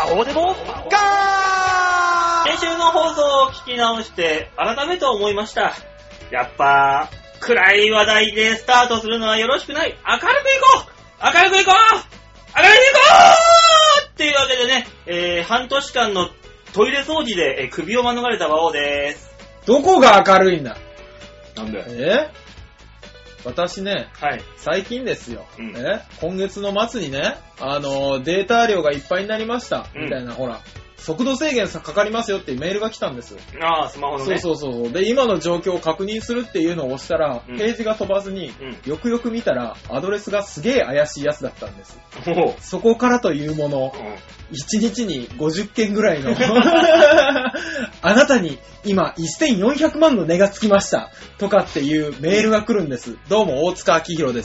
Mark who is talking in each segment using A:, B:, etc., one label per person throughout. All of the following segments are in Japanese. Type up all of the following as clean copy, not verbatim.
A: こうでもガー。
B: 先週の放送を聞き直して改めて思いました。やっぱ暗い話題でスタートするのはよろしくない。明るくいこう明るくいこう明るくいこうっていうわけでね、半年間のトイレ掃除で、首を免れた馬王です。
C: どこが明るいんだ。
B: なんで？
C: 私ね、
B: はい、
C: 最近ですよ、
B: うん、
C: 今月の末にね、データ量がいっぱいになりました、みたいな、ほら、速度制限かかりますよっていうメールが来たんです。
B: ああ、スマホのね。
C: そう。で、今の状況を確認するっていうのを押したら、ページが飛ばずに、よくよく見たら、アドレスがすげえ怪しいやつだったんです。そこからというもの、1日に50件ぐらいの、あなたに今1400万の値がつきました、とかっていうメールが来るんです。どうも、大塚明宏です。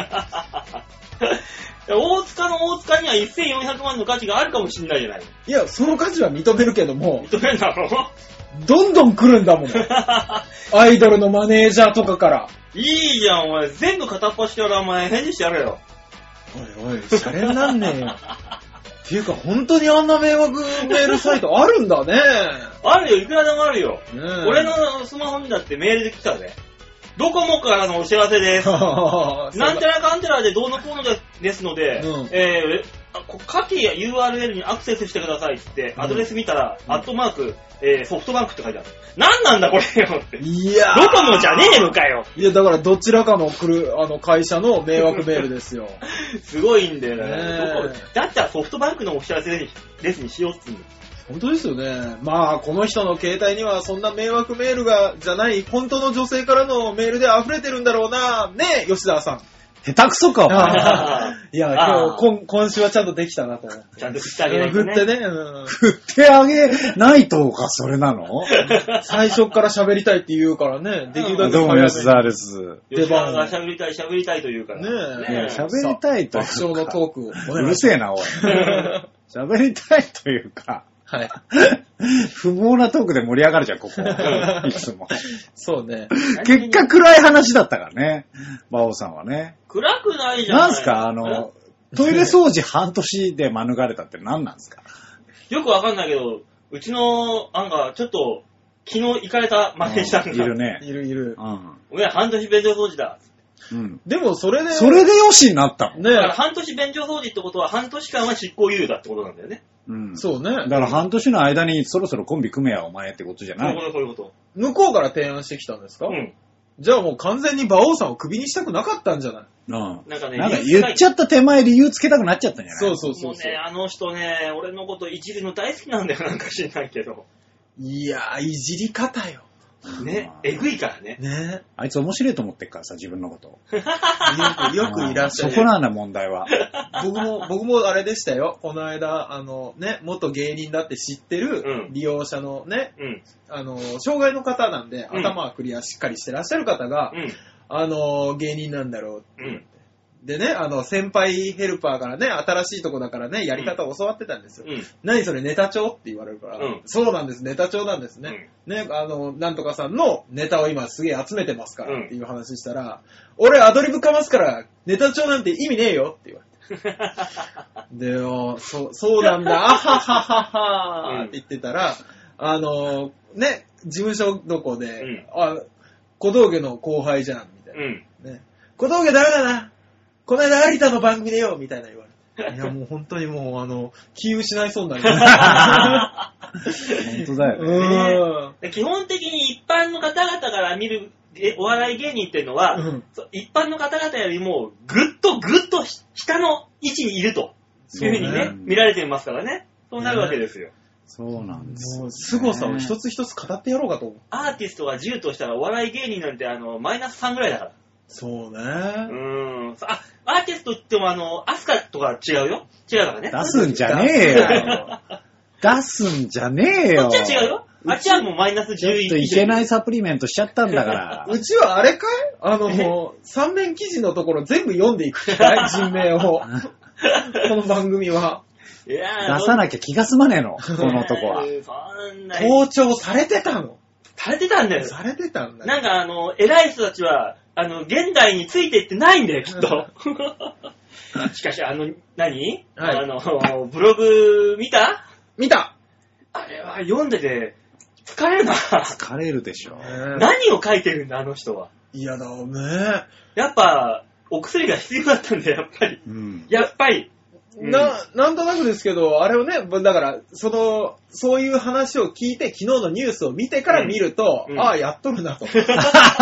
B: 大塚の大塚には1400万の価値があるかもしんないじゃない。
C: いや、その価値は認めるけども。
B: 認めんだろ？
C: どんどん来るんだもん。アイドルのマネージャーとかから。
B: いいじゃん、お前。全部片っ端からお前返事してやれよ。
C: おい、シャレになんねえよ。っていうか、本当にあんな迷惑メールサイトあるんだね。
B: あるよ、いくらでもあるよ。俺のスマホにだってメールで来たぜ。ドコモからのお知らせです。なんちゃらかんちゃらでどうのこうのですので、下記や URL にアクセスしてくださいって、アドレス見たら、アットマーク、ソフトバンクって書いてある。なんなんだこれよって。
C: いや
B: ドコモじゃねえのかよ。
C: いや、だからどちらかの会社の迷惑メールですよ。
B: すごいんだよね。だったらソフトバンクのお知らせレスにしようっつうんだ。
C: 本当ですよね。まあ、この人の携帯にはそんな迷惑メールが、じゃない、本当の女性からのメールで溢れてるんだろうな。ねえ、吉沢さん。
A: 下手くそか、お前。
C: いや、今週はちゃんとできたなと思って。
B: ちゃんと振ってあげないとね。
C: 振ってね。
A: 振ってあげないとか、それなの？
C: 最初から喋りたいって言うからね。できるだけ。
A: どうも、吉沢です。
B: 吉沢が喋りたいと言うから。
C: ねえ。
A: 喋りたいというか。
C: 爆笑のトークを。
A: うるせえな、おい。喋りたいというか。
C: はい。
A: 不毛なトークで盛り上がるじゃん、ここ。いつも。
C: そうね。
A: 結果暗い話だったからね。馬王さんはね。
B: 暗くないじゃん。
A: なんすかトイレ掃除半年で免れたって何なんですか？
B: よくわかんないけど、うちの、ちょっと、昨日行かれたマネージャーが。
A: いるね。
C: いる。
B: お前半年便所掃除だ。
A: うん。
C: でもそれで
A: よしになったの
C: ね。
B: だから半年便所掃除ってことは半年間は執行猶予だってことなんだよね。
A: うん。
C: そうね。
A: だから半年の間にそろそろコンビ組めやお前ってことじゃない。
B: そういうこと。
C: 向こうから提案してきたんですか？うん。じゃあもう完全に馬王さんをクビにしたくなかったんじゃない？
A: うん。
B: なんかね、
A: 言っちゃった手前理由つけたくなっちゃったんじゃない？
C: そう。
B: もうね、あの人ね、俺のこといじるの大好きなんだよ、なんか知んないけど。
C: いやー、いじり方よ。
B: ね、えぐいからね。
C: ね。
A: あいつ面白いと思ってっからさ、自分のこと。
C: よくいらっしゃる。
A: そこなんだ、問題は。
C: 僕もあれでしたよ。この間、元芸人だって知ってる利用者のね、障害の方なんで、頭はクリアしっかりしてらっしゃる方が、芸人なんだろうって言って。でね、先輩ヘルパーからね、新しいとこだからね、やり方を教わってたんですよ。何それネタ帳って言われるから、そうなんです、ネタ帳なんですね。ね、なんとかさんのネタを今すげえ集めてますからっていう話したら、俺アドリブかますから、ネタ帳なんて意味ねえよって言われて。で、そうなんだ、あははははって言ってたら、ね、事務所どこで、小峠の後輩じゃん、みたいな。ね、小峠誰だなこの間有田の番組でよみたいな言われて。いやもう本当にもう気失いそうになりました。
A: 本当だよ
B: ね。基本的に一般の方々から見るお笑い芸人っていうのは、一般の方々よりもぐっと下の位置にいるというふうにね、見られてますからね。そうなるわけですよ。
A: そうなんですよ、
C: ね。凄さを一つ一つ語ってやろうかと思う。
B: アーティストが10としたらお笑い芸人なんてマイナス3ぐらいだから。
C: そうね。
B: アーティストって言ってもアスカとか違うよ。違うからね。
A: 出すんじゃねえよ。出すんじゃねえよ。
B: こっちは違うよ。あっちはもうマイナス11。
A: ちょっといけないサプリメントしちゃったんだから。
C: うちはあれかい3面記事のところ全部読んでいくかい人名を。この番組は。
B: いや
A: 出さなきゃ気が済まねえの、この男は。
C: 盗聴されてたの。
B: されてたんだよ。
C: されてたんだよ。
B: なんか偉い人たちは、現代についていってないんだよ、きっと。 しかし、何、はい、ブログ見たあれは読んでて疲れるな。
A: 疲れるでしょ。
B: 何を書いてるんだ、あの人は。
C: 嫌だよね。
B: やっぱ、お薬が必要だったんだよ、やっぱり。うん、やっぱり。
C: なんとなくですけど、あれをね、だから、そういう話を聞いて、昨日のニュースを見てから見ると、ああ、やっとるなと。
A: そう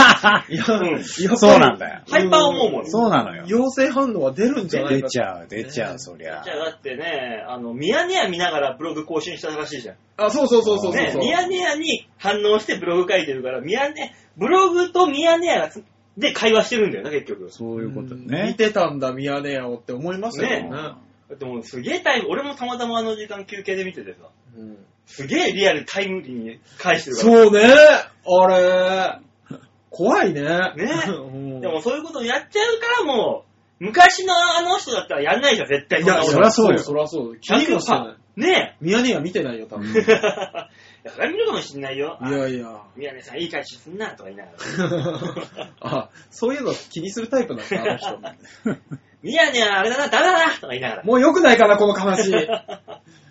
A: なんだよ。
B: ハイパー思うもん。
A: そうなのよ。
C: 陽性反応は出るんじゃないか。
A: 出ちゃう、そりゃ。
B: じゃあだってね、ミヤネ屋見ながらブログ更新したらしいじゃん。
C: あ、そう。
B: ね、ミヤネ屋に反応してブログ書いてるから、ブログとミヤネ屋で会話してるんだよな、結局。
A: そういうことね。
C: 見てたんだ、ミヤネ屋をって思いましたよね。
B: だってもうすげえ俺もたまたま時間休憩で見ててさ、すげえリアルタイムリーに返してるから。
C: そうね、あれ、怖いね。
B: ね、でもそういうことをやっちゃうからもう、昔の人だったらやんないじゃん、絶対。
C: いや、そりゃそうよ。そりゃそう。
B: 気にもしてない。ね
C: ミヤネ屋見てないよ、多分。
B: いや、それは見るかもしんないよ。
C: いやいや。
B: 宮根さんいい返しすんな、とか言いなが
C: ら。あ、そういうの気にするタイプなんだ、あの人。
B: 宮根はあれだな、ダメだな、とか言いながら。
C: もう良くないかな、この話。
B: だ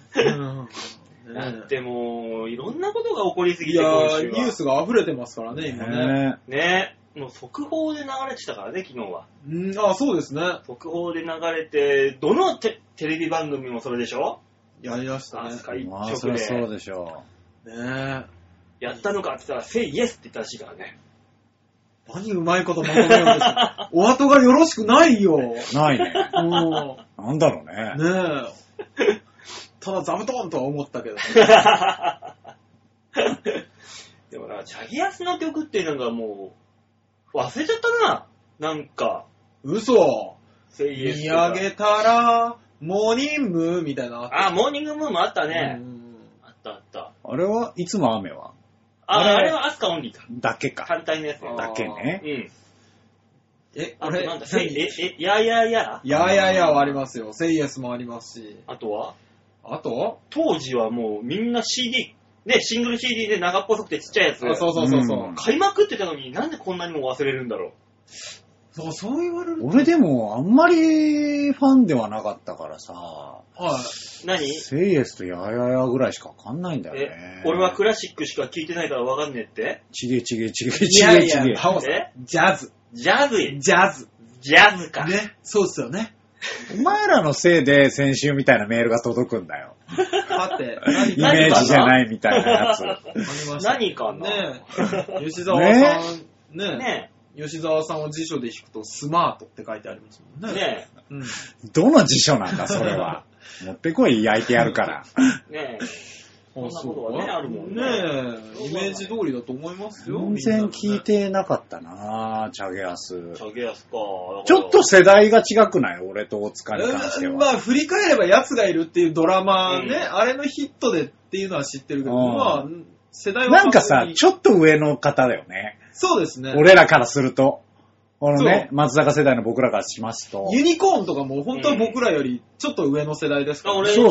B: ってもう、いろんなことが起こりすぎて、
C: いやー、ニュースが溢れてますからね、今ね。
B: ね。もう速報で流れてたからね、昨日は。
C: あ、そうですね。
B: 速報で流れて、どのテレビ番組もそれでしょ？
C: やりましたね。
A: まあ、そりゃそうでしょ
C: う。ね
B: え。やったのかって言ったら、Say Yes って言ったらしいからね。
C: 何うまいことまとめようとして。お後がよろしくないよ。
A: ないね。なんだろうね。
C: ねえ。ただ座布団とは思ったけど。
B: でもな、チャギアスの曲っていうのがもう、忘れちゃったな。なんか。
C: 嘘。
B: Say Yes
C: 見上げたら、モーニングムーみたいな。
B: あ、モーニングムーもあったね。あった。
A: あれはいつも雨は
B: あれはアスカオンリーか。
A: だけか。
B: 反対のやつ
A: だけね。
B: あれなんだ、や
C: はありますよ。セイエスもありますし。
B: あとは
C: 当
B: 時はもうみんな CD、ね、シングル CD で長っぽくてちっちゃいやつ。
C: そう。
B: 買いまくってたのになんでこんなにも忘れるんだろ
C: う。そう言われる。
A: 俺でもあんまりファンではなかったからさ。
C: はい。
B: 何？
A: セイエスとやぐらいしかわかんないんだよね。
B: 俺はクラシックしか聞いてないからわかんねえって？
A: ちげえ。
C: いや、タオさん。ジャズ
B: か。
C: ね。そうっすよね。
A: お前らのせいで先週みたいなメールが届くんだよ。
C: はて、
A: イメージじゃないみたいなやつ。
B: 何かな？
C: ね吉沢さん、ね吉沢さんを辞書で引くとスマートって書いてありますもんね。
B: ね
A: え。どの辞書なんだ、それは。持ってこい、焼いてやるから。
B: ねえ。そんなことはね、あるもんね。
C: イメージ通りだと思いますよ。
A: 全然聞いてなかったなチャゲアス。
B: チャゲアスか。
A: ちょっと世代が違くない俺と大塚に関しては。
C: まあ、振り返れば奴がいるっていうドラマね、あれのヒットでっていうのは知ってるけど、まあ、世代は
A: なんかさ、ちょっと上の方だよね。
C: そうですね。
A: 俺らからすると。松坂世代の僕らからしますと。
C: ユニコーンとかも本当は僕らよりちょっと上の世代ですから、
B: ね。
A: そう。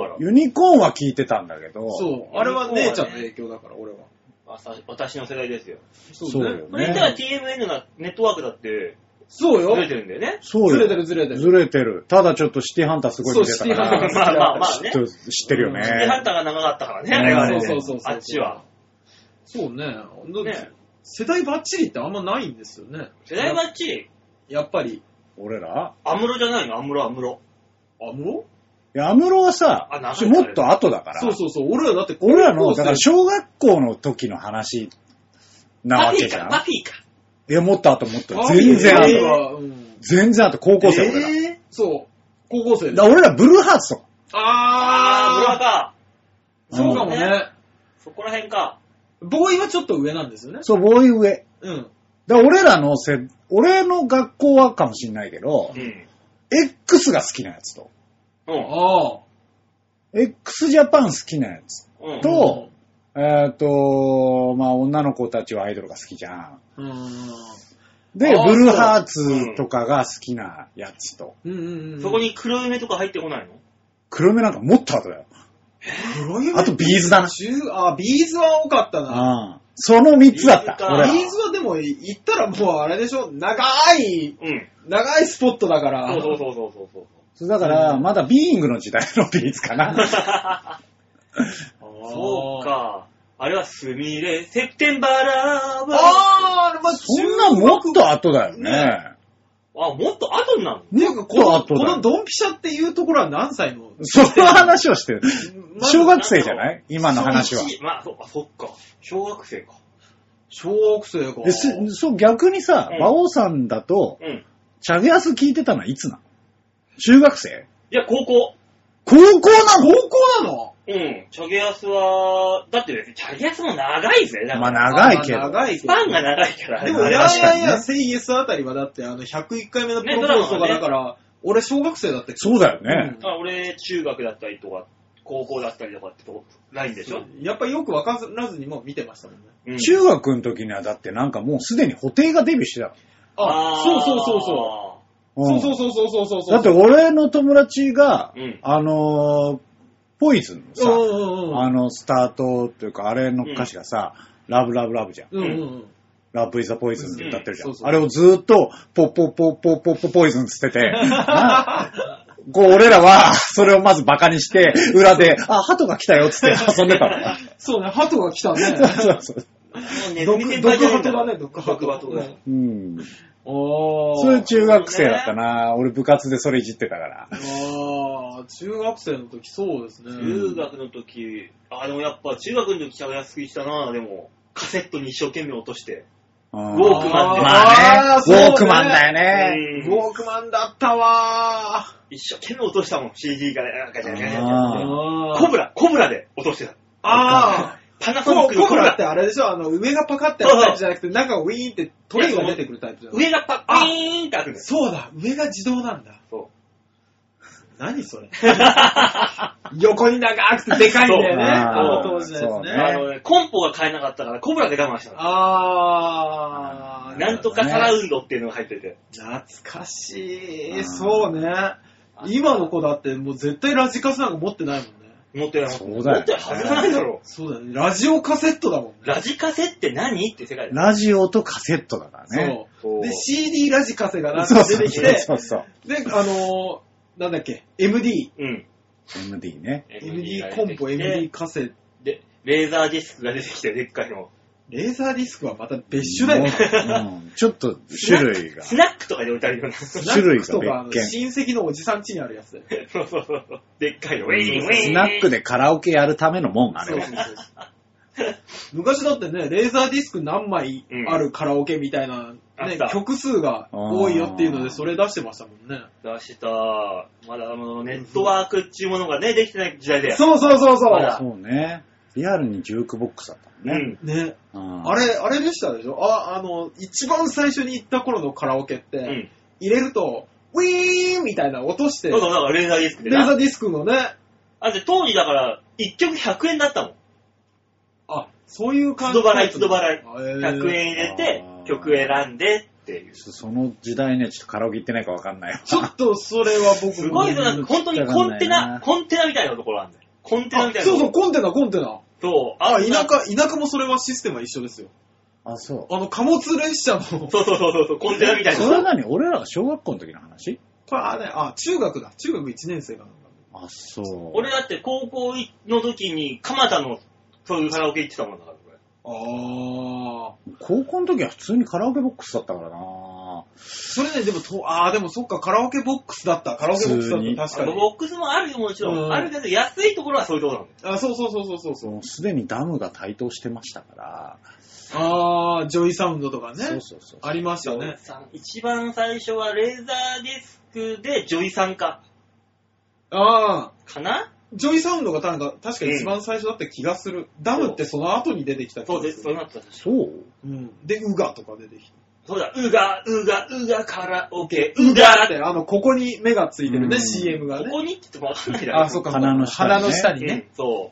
A: ユニコーンは聞いてたんだけど。
C: そう。あれは姉ちゃんの影響だから、俺は。
B: 私の世代ですよ。
A: そうよね。
B: それ言ったら TMN がネットワークだって、
C: そうよ。
B: ずれてるんだよね。
A: そうよ。
C: ずれてる。
A: ずれてる。ただちょっとシティハンターすごい見てたから。
C: そう、シティハンター
B: まあね。
A: 知ってるよね。
B: シティハンターが長かったからね、あれはね。
C: そう。
B: あっちは。
C: そうね。世代バッチリってあんまないんですよね。
B: 世代バッチリ
C: やっぱり。
A: 俺ら
B: アムロじゃないの？アムロ。
C: アムロ？
A: いや、アムロはさ、もっと後だから。
C: そう。俺らだって、
A: 俺らの、だから小学校の時の話なわけじゃん。
B: パフィーか。
A: いや、もっと後。全然後。全然後、高校生俺ら。
C: そう。高校生。
A: 俺らブルーハーツとか。
B: ブルーハーか。
C: そうかもね。
B: そこら辺か。
C: ボーイはちょっと上なんですよね。
A: そう、ボーイ上。
C: うん。
A: だ俺の学校はかもしんないけど、X が好きなやつと、X ジャパン好きなやつと、まあ女の子たちはアイドルが好きじゃん。で、ブルーハーツとかが好きなやつと。
B: そこに黒梅とか入ってこないの？
A: 黒梅なんかもっと後だよ。あとビーズだな。
C: ビーズは多かったな。
A: その3つだった。
C: ビーズはでも行ったらもうあれでしょ、長いスポットだから。
A: そうだから、まだビーイングの時代のビーズかな。
B: そうか。あれはスミレ、セプテンバーラー
C: は。
A: そんなもっと後だよね。
B: もっと後になる
C: の？このドンピシャっていうところは何歳の？
A: その話をしてる。小学生じゃない？今の話は。
B: そっか。小学生か。
C: 小学生か。
A: そう、逆にさ、馬王さんだと、チャゲアス聞いてたのはいつなの？中学生？
B: いや、高校。
A: 高校な
C: の？
B: チャゲアスは、だってね、チャゲアスも長いぜ。
A: まあ長いけど。
B: スパンが長いから。
C: でも、やセイエスあたりはだって、101回目のプロポーズとかだから、俺小学生だったっけ？
A: そうだよね。
B: 俺中学だったりとか、高校だったりとかってとこ、ないんでしょ？
C: やっぱりよくわからずにも見てましたもんね。
A: 中学の時にはだってなんかもうすでに布袋がデビューしてた。
C: そう。そう。
A: だって俺の友達が、ポイズンのさ、スタートというか、あれの歌詞がさ、ラブラブラブじゃん。ラブイザポイズンって歌ってるじゃん。あれをずーっと、ポイズンつってて、俺らは、それをまずバカにして、裏で、鳩が来たよっつって遊んでたの。
C: そうね、鳩が来たね。
A: そう。
C: 毒鳩だね、毒鳩だ。
A: それ中学生だったな。俺部活でそれいじってたから。
C: 中学生の時そうですね。
B: 中学の時、でもやっぱ中学の時チャゲアスしたな。でも、カセットに一生懸命落として。ウォークマンで。
A: まあね。ウォークマンだよね。
C: ウォークマンだったわー。
B: 一生懸命落としたもん。CD がなんかじゃコブラで落としてた。パナソニックの
C: コブラってあれでしょ、上がパカってやるタイプじゃなくて、中がウィーンってトレイが出てくるタイプじゃん。
B: 上がパカーンって開くんだよ。
C: そうだ、上が自動なんだ。
B: そう。
C: 何それ横に長くてでかいんだよね。当時のやつね。
B: コンポが買えなかったからコブラで我慢したの。なんとかサラウンドっていうのが入ってて。
C: 懐かしい。そうね。今の子だってもう絶対ラジカセなんか持ってないもんね。
B: 持ってない。
A: そうだよ。
B: 持ってるはずがないだろう。
C: そうだね。ラジオカセットだもんね。
B: ラジカセって何って世界
A: だ。ラジオとカセットだからね。
C: そう。で、CD ラジカセがなんか出てきて、で、なんだっけ、MD。
A: MD ね。
C: MD コンポ、MD カセ。
B: で、レーザーディスクが出てきて、でっかいの。
C: レーザーディスクはまた別種だよね。
A: ちょっと種類が。
B: スナックとかで置いてあるような。
A: 種類が
C: 別件。親戚のおじさん家にあるやつだよ。
B: そう。でっかいの。
A: スナックでカラオケやるためのもん、あれは。
C: 昔だってね、レーザーディスク何枚あるカラオケみたいな、ね、曲数が多いよっていうので、それ出してましたもんね。
B: 出した。まだネットワークっていうものがね、できてない時代で。
C: そう。
A: そうね。リアルにジュークボックスだったもんね。
C: ね。あれでしたでしょ？一番最初に行った頃のカラオケって、入れると、ウィーンみたいな音して。
B: そう、だからレーザーディスクで。
C: レーザーディスクのね。
B: 当時だから、1曲100円だったもん。
C: そういう感じ。
B: 都度払い。100円入れて、曲選んでっていう。
A: その時代ね、ちょっとカラオケ行ってないか分かんないよ。
C: ちょっとそれは僕も。
B: すごいなんか本当にコンテナみたいなところなんだよ。コンテナみたいな。
C: そう、コンテナ。
B: そう。
C: 田舎もそれはシステムは一緒ですよ。
A: そう。
C: 貨物列車の。
B: そう、コンテナみたいな。
A: それは何？俺らが小学校の時の話？
C: これ中学だ。中学1年生かなんか。
A: そう。
B: 俺だって高校の時に蒲田のそういうカラオケ行ってたもんだから、これ。
A: 高校の時は普通にカラオケボックスだったからな。
C: それね、でもそっか、カラオケボックスだった。カラオケボックスだった。確かに。
B: ボックスもあるよ、もちろん。あるけど、安いところはそういうところなんだよ。
C: そう。
A: すでにダムが台頭してましたから。
C: ジョイサウンドとかね。
A: そう。
C: ありましたね。
B: 一番最初はレーザーディスクでジョイさんか。
C: か
B: な？
C: ジョイサウンドが確か一番最初だった気がする。ダムってその後に出てきた気がする。
B: そうなった。
A: そう？
C: で、ウガとか出てきた。
B: そうだ、ウガカラオケ、
C: ウガって、ここに目がついてるね、CM がね。
B: ここにって言ってもわかんないだろ。
C: そうか。
A: 鼻の
C: 下にね。
B: そう。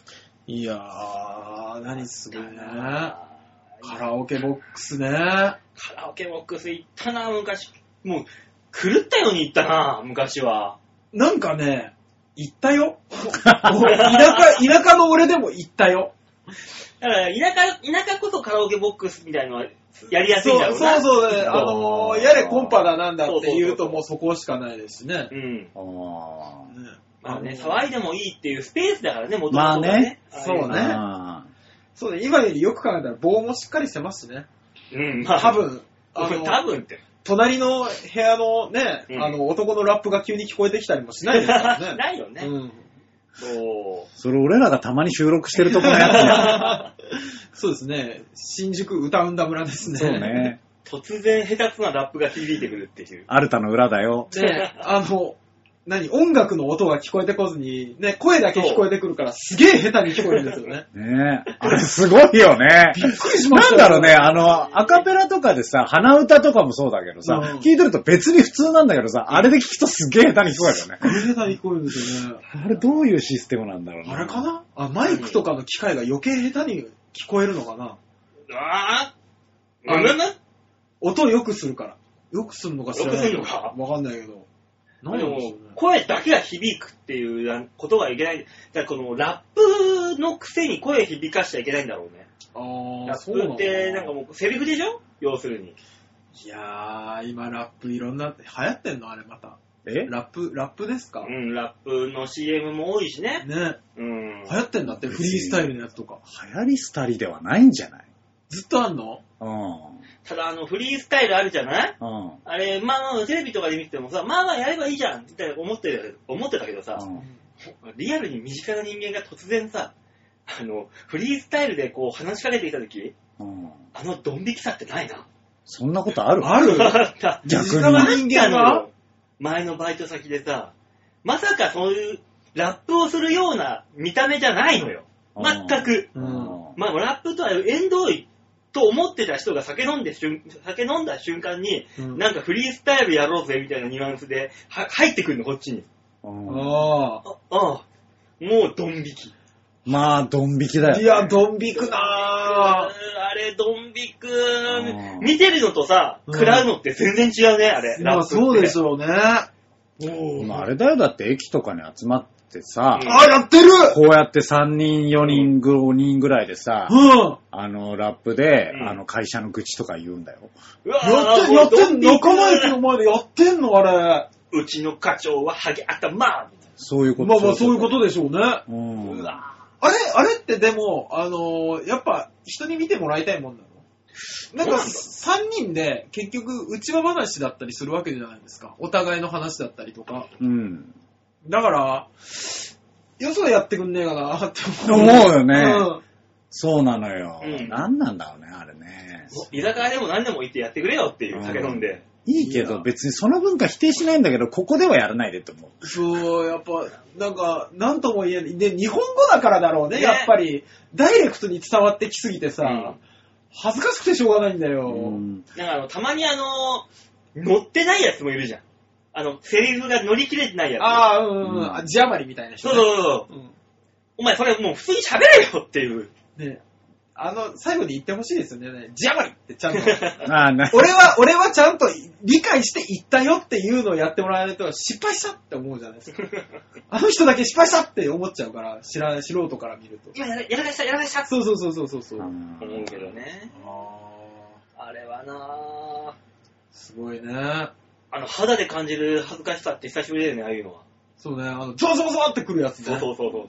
C: いやー、何すごいね。カラオケボックスね。
B: カラオケボックス行ったな、昔。もう、狂ったように行ったな、昔は。
C: なんかね、行ったよ。田舎の俺でも行ったよ。
B: だから田舎こそカラオケボックスみたいなのはやりやすいんだろうな。
C: そうね。やれコンパだなんだって言うともうそこしかないですしね。
B: うん。
C: ま
B: あね、騒いでもいいっていうスペースだからね、元
A: 々
B: 々ね。
C: そうね。そうね。今よりよく考えたら棒もしっかりしてますしね。
B: うん、まあ。
C: 多分
B: って。
C: 隣の部屋のね、男のラップが急に聞こえてきたりもしないですからね。
B: ないよね。うん。
A: それ俺らがたまに収録してるとこのやつや。
C: そうですね。新宿歌うんだ村ですね。
A: そうね。
B: 突然下手くそなラップが響いてくるっていう。
A: アルタの裏だよ。
C: ね、音楽の音が聞こえてこずに、ね、声だけ聞こえてくるから、すげえ下手に聞こえるんですよね。
A: ねえ。あれすごいよね。
C: びっくりしました。
A: なんだろうね、アカペラとかでさ、鼻歌とかもそうだけどさ、聞いてると別に普通なんだけどさ、あれで聞くとすげえ下手に聞こえるよね。
C: 下手に聞こえるんですよね。
A: あれどういうシステムなんだろうね。
C: あれかな？マイクとかの機械が余計下手に聞こえるのかな？音を良くするから。良くするのか知らない。
B: 良くするのか
C: わかんないけど。
B: でも、声だけが響くっていうことがいけない。だからこのラップのくせに声響かしちゃいけないんだろうね。ラップってなんかもうセリフでしょ？要するに。
C: いやー、今ラップいろんな、流行ってんのあれまた。ラップですか？
B: うん、ラップの CM も多いしね。
C: ね。うん。流行ってんだって、フリースタイルのやつとか。
A: 流行り廃りではないんじゃない？
C: ずっとあんの？
A: うん。
B: ただフリースタイルあるじゃない？
A: うん。
B: あれ、まあテレビとかで見ててもさ、まあやればいいじゃんって思ってたけどさ、リアルに身近な人間が突然さ、フリースタイルでこう話しかけてきたとき、ドン引きさってないな。
A: そんなことある？
C: 逆に
B: 人間が前のバイト先でさ、まさかそういうラップをするような見た目じゃないのよ。全く。まあラップとは縁遠いと思ってた人が酒飲んだ瞬間に、なんかフリースタイルやろうぜみたいなニュアンスで入ってくるの、こっちに。もうドン引き。
A: まあ、ドン引きだよ、ね。
C: いや、ドン引くなぁ。
B: あれ、ドン引く。見てるのとさ、食らうのって全然違うね、あれ。
C: まあ、そうでしょうね。
A: 今、あれだよ、だって駅とかに集まってさ。
C: やってる！
A: こうやって3人、4人、5人ぐらいでさ、ラップで、会社の愚痴とか言うんだよ。
C: やってんの？仲間駅の前でやってんのあれ。
B: うちの課長はハゲ頭。
A: そういうこと。
C: まあまあ、そういうことでしょうね。
B: うわ
C: あれってでも、やっぱ人に見てもらいたいもんなの？なんか3人で結局内輪話だったりするわけじゃないですか。お互いの話だったりとか。
A: うん。
C: だから、よそでやってくんねえかなって
A: 思うよね。そうなのよ。何なんだろうね、あれね。
B: 居酒屋でも何でも言ってやってくれよっていう酒飲んで。
A: いいけど別にその文化否定しないんだけど、ここではやらないでと思う。
C: そう、やっぱ、なんか、なんとも言えない。で、日本語だからだろうね、やっぱり。ダイレクトに伝わってきすぎてさ、恥ずかしくてしょうがないんだよ。
B: なんかたまに乗ってないやつもいるじゃん。セリフが乗り切れてないやつ。
C: 字余りみたいな人、
B: ね。そう。お前それもう普通に喋れよっていう。
C: ね。最後に言ってほしいですよね。字余りってちゃんと。俺はちゃんと理解して言ったよっていうのをやってもらわないと失敗したって思うじゃないですか。あの人だけ失敗したって思っちゃうから、素人から見ると。
B: 今やらかした。
C: そう。思
B: うけどね。あれはなぁ。
C: すごいね。
B: 肌で感じる恥ずかしさって久しぶりだよね、ああいうのは。
C: そうね、ゾワゾワってくるやつね。
B: そう。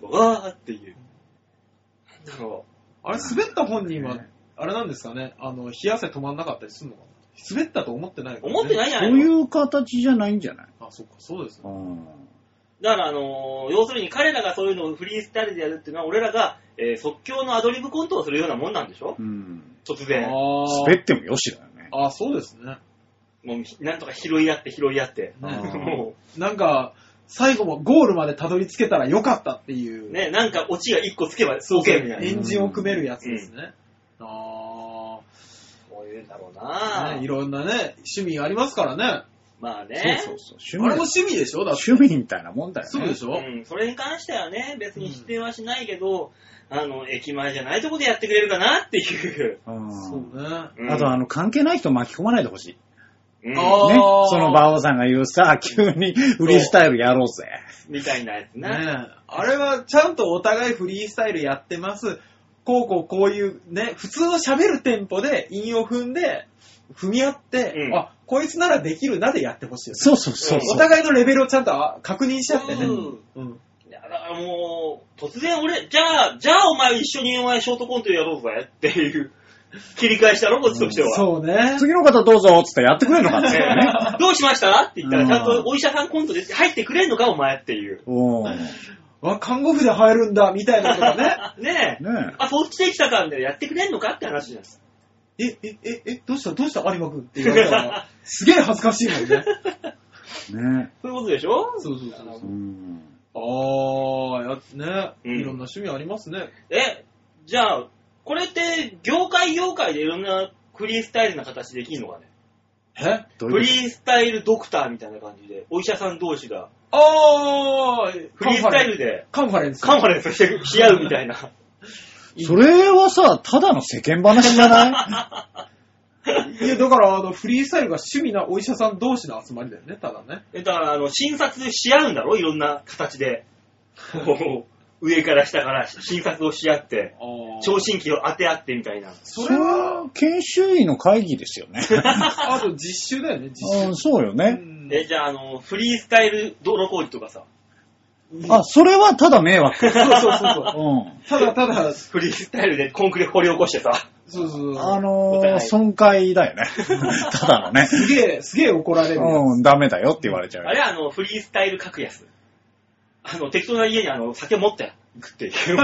B: わーっていう。なんだろう。
C: あれ、滑った本人は、あれなんですかね、冷やせ止まんなかったりするのかな？滑ったと思ってないのかな？
B: 思ってないじゃない
A: の？そういう形じゃないんじゃない？
C: あ、そっか、そうですね。
B: だから要するに彼らがそういうのをフリースタイルでやるっていうのは、俺らが、即興のアドリブコントをするようなもんなんでしょ？突然。
A: 滑ってもよしだよね。
C: あ、そうですね。
B: もう、なんとか拾い合って。
C: もう、なんか、最後もゴールまでたどり着けたらよかったっていう。
B: ね、なんかオチが1個つけば、
C: そう、エンジンを組めるやつですね。
B: そういうんだろうなぁ。
C: いろんなね、趣味ありますからね。
B: まあね。
C: そう。あれも趣味でしょ？だって
A: 趣味みたいなもんだよね。
C: そうでしょ？
B: それに関してはね、別に否定はしないけど、駅前じゃないとこでやってくれるかなっていう。
C: そうね。
A: あと関係ない人巻き込まないでほしい。ね、その馬王さんが言うさ、急にフリースタイルやろうぜ。
B: みたいなやつね。
C: あれはちゃんとお互いフリースタイルやってます。 こういうね、普通の喋るテンポで韻を踏んで、踏み合って、あ、こいつならできるなでやってほしいよね。
A: そうそうそう。
C: お互いのレベルをちゃんと確認し合ってね。
B: いや、だからもう、突然じゃあお前一緒にショートコントやろうぜっていう、切り返したろ、こっちとしては。
C: そうね。
A: 次の方どうぞ、つってやってくれるのかってね。
B: どうしましたって言ったら、ちゃんとお医者さんコントで入ってくれんのか、お前っていう。
C: 看護婦で入るんだ、みたいなことが
B: ね。ねえ。あ、そっちで来たかんでやってくれんのかって話じゃないですか。
C: どうした有馬くんって言われたら、すげえ恥ずかしいもんね。
A: ね。
B: そういうことでしょ？
C: そう。いろんな趣味ありますね。
B: じゃあ、これって、業界でいろんなフリースタイルな形できるのかね？フリースタイルドクターみたいな感じで、お医者さん同士が、フリースタイルで、
C: カンファレンス
B: し合うみたいな。
A: それはさ、ただの世間話じゃない
C: いや、だから、フリースタイルが趣味なお医者さん同士の集まりだよね、ただね。
B: だから、診察し合うんだろ？いろんな形で。上から下から診察をし合って、聴診器を当て合ってみたいな。
A: それは、研修医の会議ですよね。
C: あと実習だよね、実習。
A: そうよね。
B: じゃあ、フリースタイル道路工事とかさ。
A: それはただ迷惑。
C: そう。ただ、
B: フリースタイルでコンクリ掘り起こしてさ。
C: そう。
A: 損壊だよね。ただのね。
C: すげえ怒られる。
A: ダメだよって言われちゃう。
B: あれフリースタイル格安。適当な家に酒持って行くっていう。それ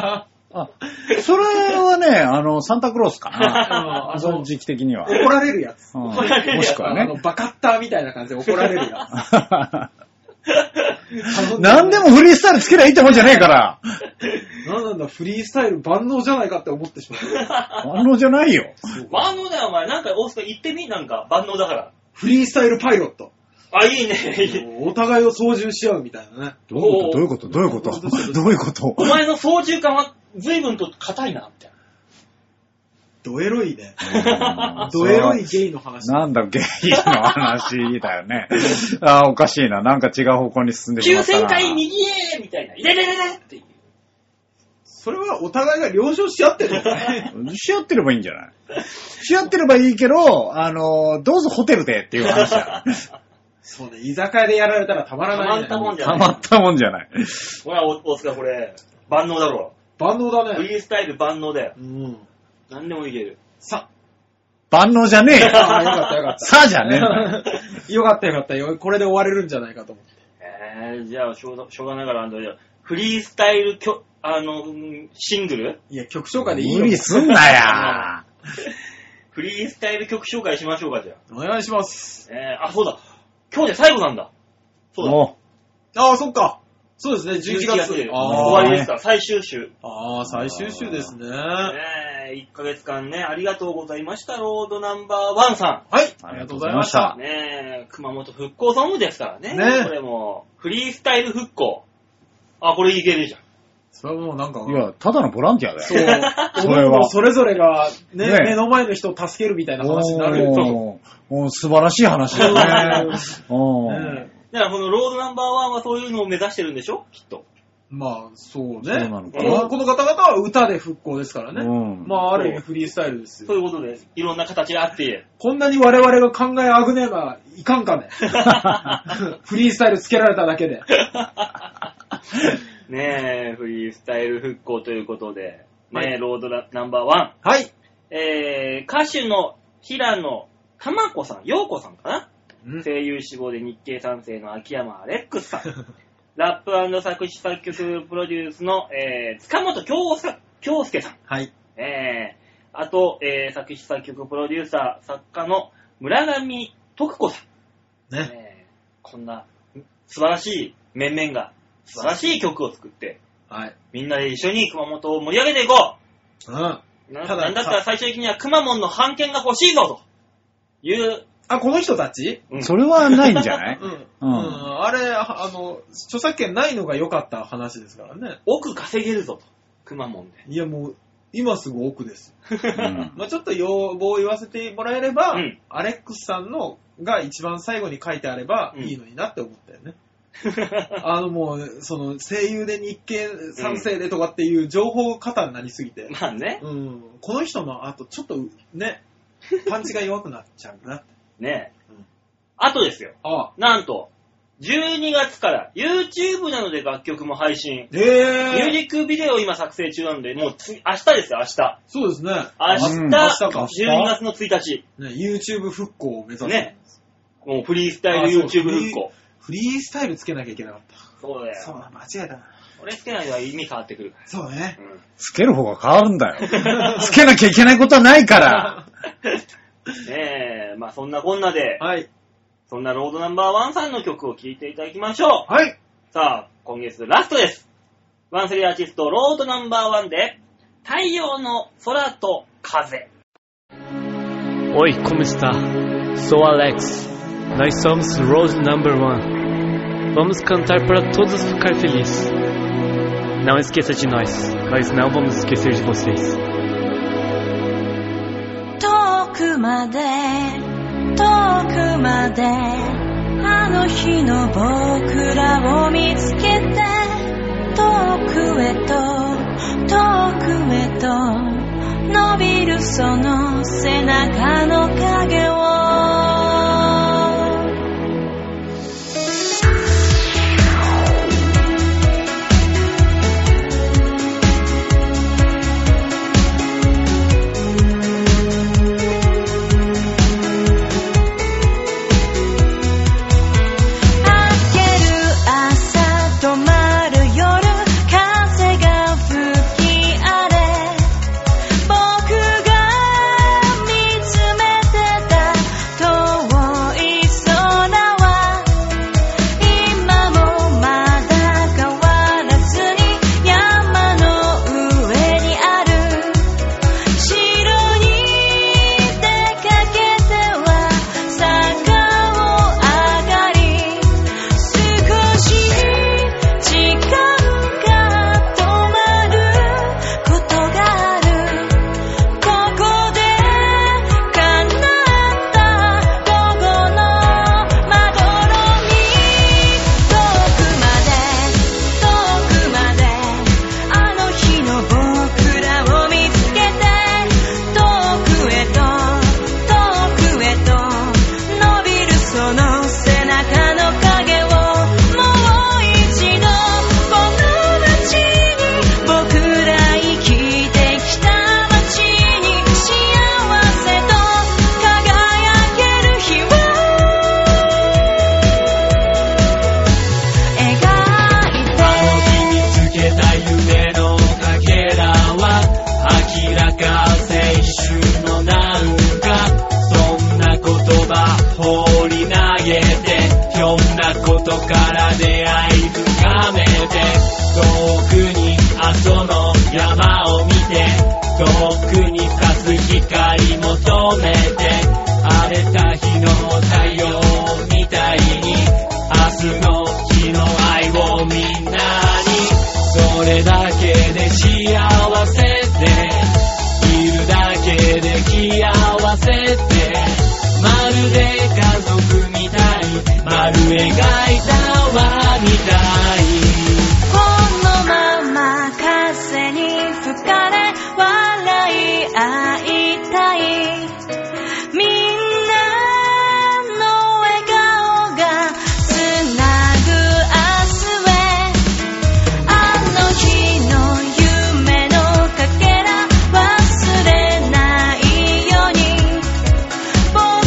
A: はね、サンタクロースかな。その時期的には。
C: 怒られるやつ。
A: もしくはね。
C: バカッターみたいな感じで怒られるやつ。
A: 何でもフリースタイルつけりゃいいってもんじゃねえから。
C: なんだ、フリースタイル万能じゃないかって思ってしまう。
A: 万能じゃないよ。
B: 万能だよ、お前。なんか大塚行ってみ？なんか、万能だから。
C: フリースタイルパイロット。
B: あ、いいね。
C: お互いを操縦し合うみたいなね。
A: どういうこと
B: お前の操縦感は随分と硬いな、みたいな。
C: ドエロいね。ドエロいゲイの話。
A: なんだ、ゲイの話だよね。おかしいな。なんか違う方向に進んでしまったな。
B: 急旋回右へみたいな。いれっていう。
C: それはお互いが了承し合ってるのかね。
A: し合ってればいいんじゃない？し合ってればいいけど、どうぞホテルでっていう話だ。
C: そうね、居酒屋でやられたらたまらない、ね。
B: たま
A: ったもんじゃない。
B: ほら、大塚これ、万能だろ。
C: 万能だね。
B: フリースタイル万能だよ。何でもいける。
A: 万能じゃねえよ。
C: よかった。
A: さじゃねえんだ
C: よ。よかったよ。これで終われるんじゃないかと思って。
B: じゃあ、しょうがないから、フリースタイルシングル？
C: いや、曲紹介でいいよ。
A: 無理すんなや。
B: フリースタイル曲紹介しましょうか、じゃあ。
C: お願いします。
B: そうだ。今日で最後なんだ。そう
C: だ。そっか。そうですね、11月。
B: 終わりですから、最終週。
C: 最終週ですね。
B: 1ヶ月間ね、ありがとうございました、ロードナンバー1さん。
C: はい、ありがとうございました。
B: 熊本復興ソングですからね。これも、フリースタイル復興。これいけるじゃん。
C: それはもうなんか。
A: いや、ただのボランティアだよ。
C: そう。それは。それぞれが、目の前の人を助けるみたいな話になる。
A: 素晴らしい話だよね。
B: だからこのロードナンバー1はそういうのを目指してるんでしょ？きっと。
C: そうね。
A: そうなのかな。
C: この方々は歌で復興ですからね。ある意味フリースタイルですよ。
B: そういうことで、いろんな形があって。
C: こんなに我々が考えあぐねばいかんかね。フリースタイルつけられただけで。
B: ねえ、フリースタイル復興ということで、ロードナンバー1。
C: はい。
B: 歌手の平野玉子さん、陽子さんかな？声優志望で日系3世の秋山アレックスさん。ラップ&作詞作曲プロデュースの、塚本京介さん。
C: はい。
B: あと、作詞作曲プロデューサー、作家の村上徳子さん。ね。こんな素晴らしい面々が素晴らしい曲を作って、みんなで一緒に熊本を盛り上げていこう。なんだったら最終的にはくまモンの版権が欲しいぞという。
C: この人たち？
A: それはないんじゃない？
C: あれ、著作権ないのが良かった話ですからね。
B: 億稼げるぞと。くまモンで。
C: いやもう、今すぐ億です。ちょっと要望を言わせてもらえれば、アレックスさんのが一番最後に書いてあればいいのになって思ったよね。 もう、その、声優で日系三世でとかっていう情報過多になりすぎて。
B: まあね。
C: うん。この人の後、ちょっと、ね、パンチが弱くなっちゃうなって。
B: ねえ。うん、あとですよ。なんと、12月から YouTube などで楽曲も配信。ミュージックビデオを今作成中なので、もう明日ですよ、明日。
C: そうですね。
B: 明日、12月の1日。
C: ね、YouTube 復興を目指す。ね。
B: もうフリースタイル YouTube 復興。
C: フリースタイルつけなきゃいけなかった。
B: そうだよ。
C: そうだ、間違えたな。
B: 俺つけないでは意味変わってくるから。
C: そうね。
A: うん、つける方が変わるんだよ。つけなきゃいけないことはないから。
B: ねえ、まあそんなこんなで。
C: はい。
B: そんなロードナンバーワンさんの曲を聴いていただきましょう。
C: はい。
B: さあ、今月ラストです。ワンスリーアーティスト、ロードナンバーワンで、太陽の空と風。
D: Oi, como está? Sou Alex. Nós somos Road Number One. Vamos cantar para todos ficar felizes. Não esqueça de nós. Nós não vamos esquecer de vocês.
E: 遠くまで遠くまであの日の僕らを見つけて遠くへと遠くへと伸びるその背中の影を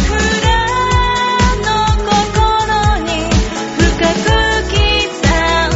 E: 刻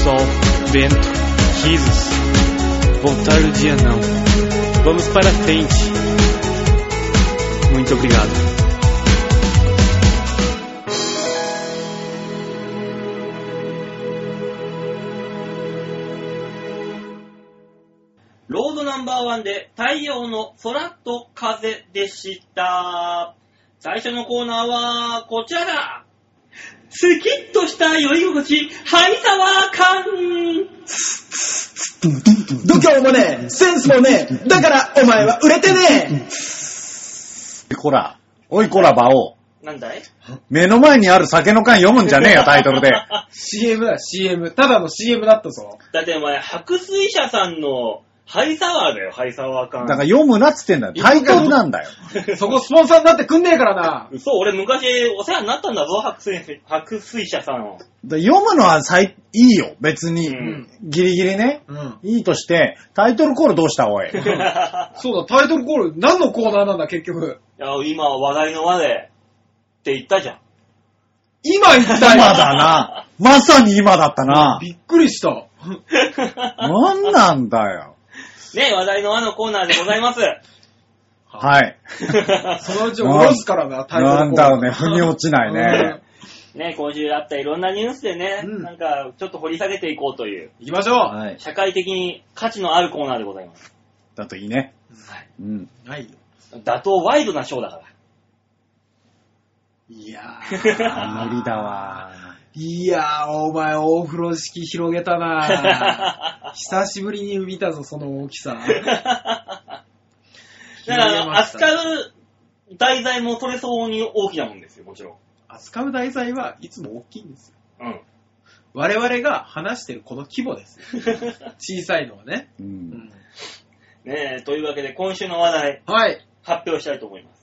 D: sol, vento, risos. Voltar o dia não. Vamos para frente. Muito obrigado.
B: ロードナンバーワンで太陽の空と風でした。最初のコーナーはこちらだ。スキッとした酔い心地、ハイサワー感。
C: 度胸もねえ、センスもねえ、だからお前は売れてねえ。
A: こら、おいこら馬王。
B: なんだい？
A: 目の前にある酒の缶読むんじゃねえよ、タイトルで。
C: CM だ、CM。ただの CM だったぞ。
B: だってお前、白水社さんのハイサワーだよ、ハイサワー感。
A: だから読むなっつってんだよ。タイトルなんだよ。
C: そこスポンサーになってくんねえからな。
B: 嘘、俺昔お世話になったんだぞ、白水社さんを。
A: 読むのはいいよ、別に。ギリギリね。いいとして、タイトルコールどうしたおい。
C: そうだ、タイトルコール、何のコーナーなんだ、結局。
B: いや、今話題の輪で、って言ったじゃん。
C: 今言ったよ。
A: 今だな。まさに今だったな。
C: びっくりした。
A: なんなんだよ。
B: ね、話題の輪のコーナーでございます。
A: はい。
C: そのうち下ろすからな、タイトルコール。
A: なんだろうね、腑に落ちないね。
B: ね、今週あったいろんなニュースでね、なんかちょっと掘り下げていこうという。
C: 行きましょう。
A: はい。
B: 社会的に価値のあるコーナーでございます。
A: だといいね。
B: はい。
A: うん。
C: ないよ。
B: 打倒ワイドなショーだから。
C: いや
A: ー。無理だわ。
C: いやー、お前大風呂敷広げたな久しぶりに見たぞ、その大きさ。
B: だから扱う題材もそれ相応に大きなもんですよ、もちろん。
C: 扱う題材はいつも大きいんですよ。
B: うん。
C: 我々が話してるこの規模ですよ。小さいのはね。
A: うん。
B: ねえ、というわけで今週の話題、
C: はい。
B: 発表したいと思います。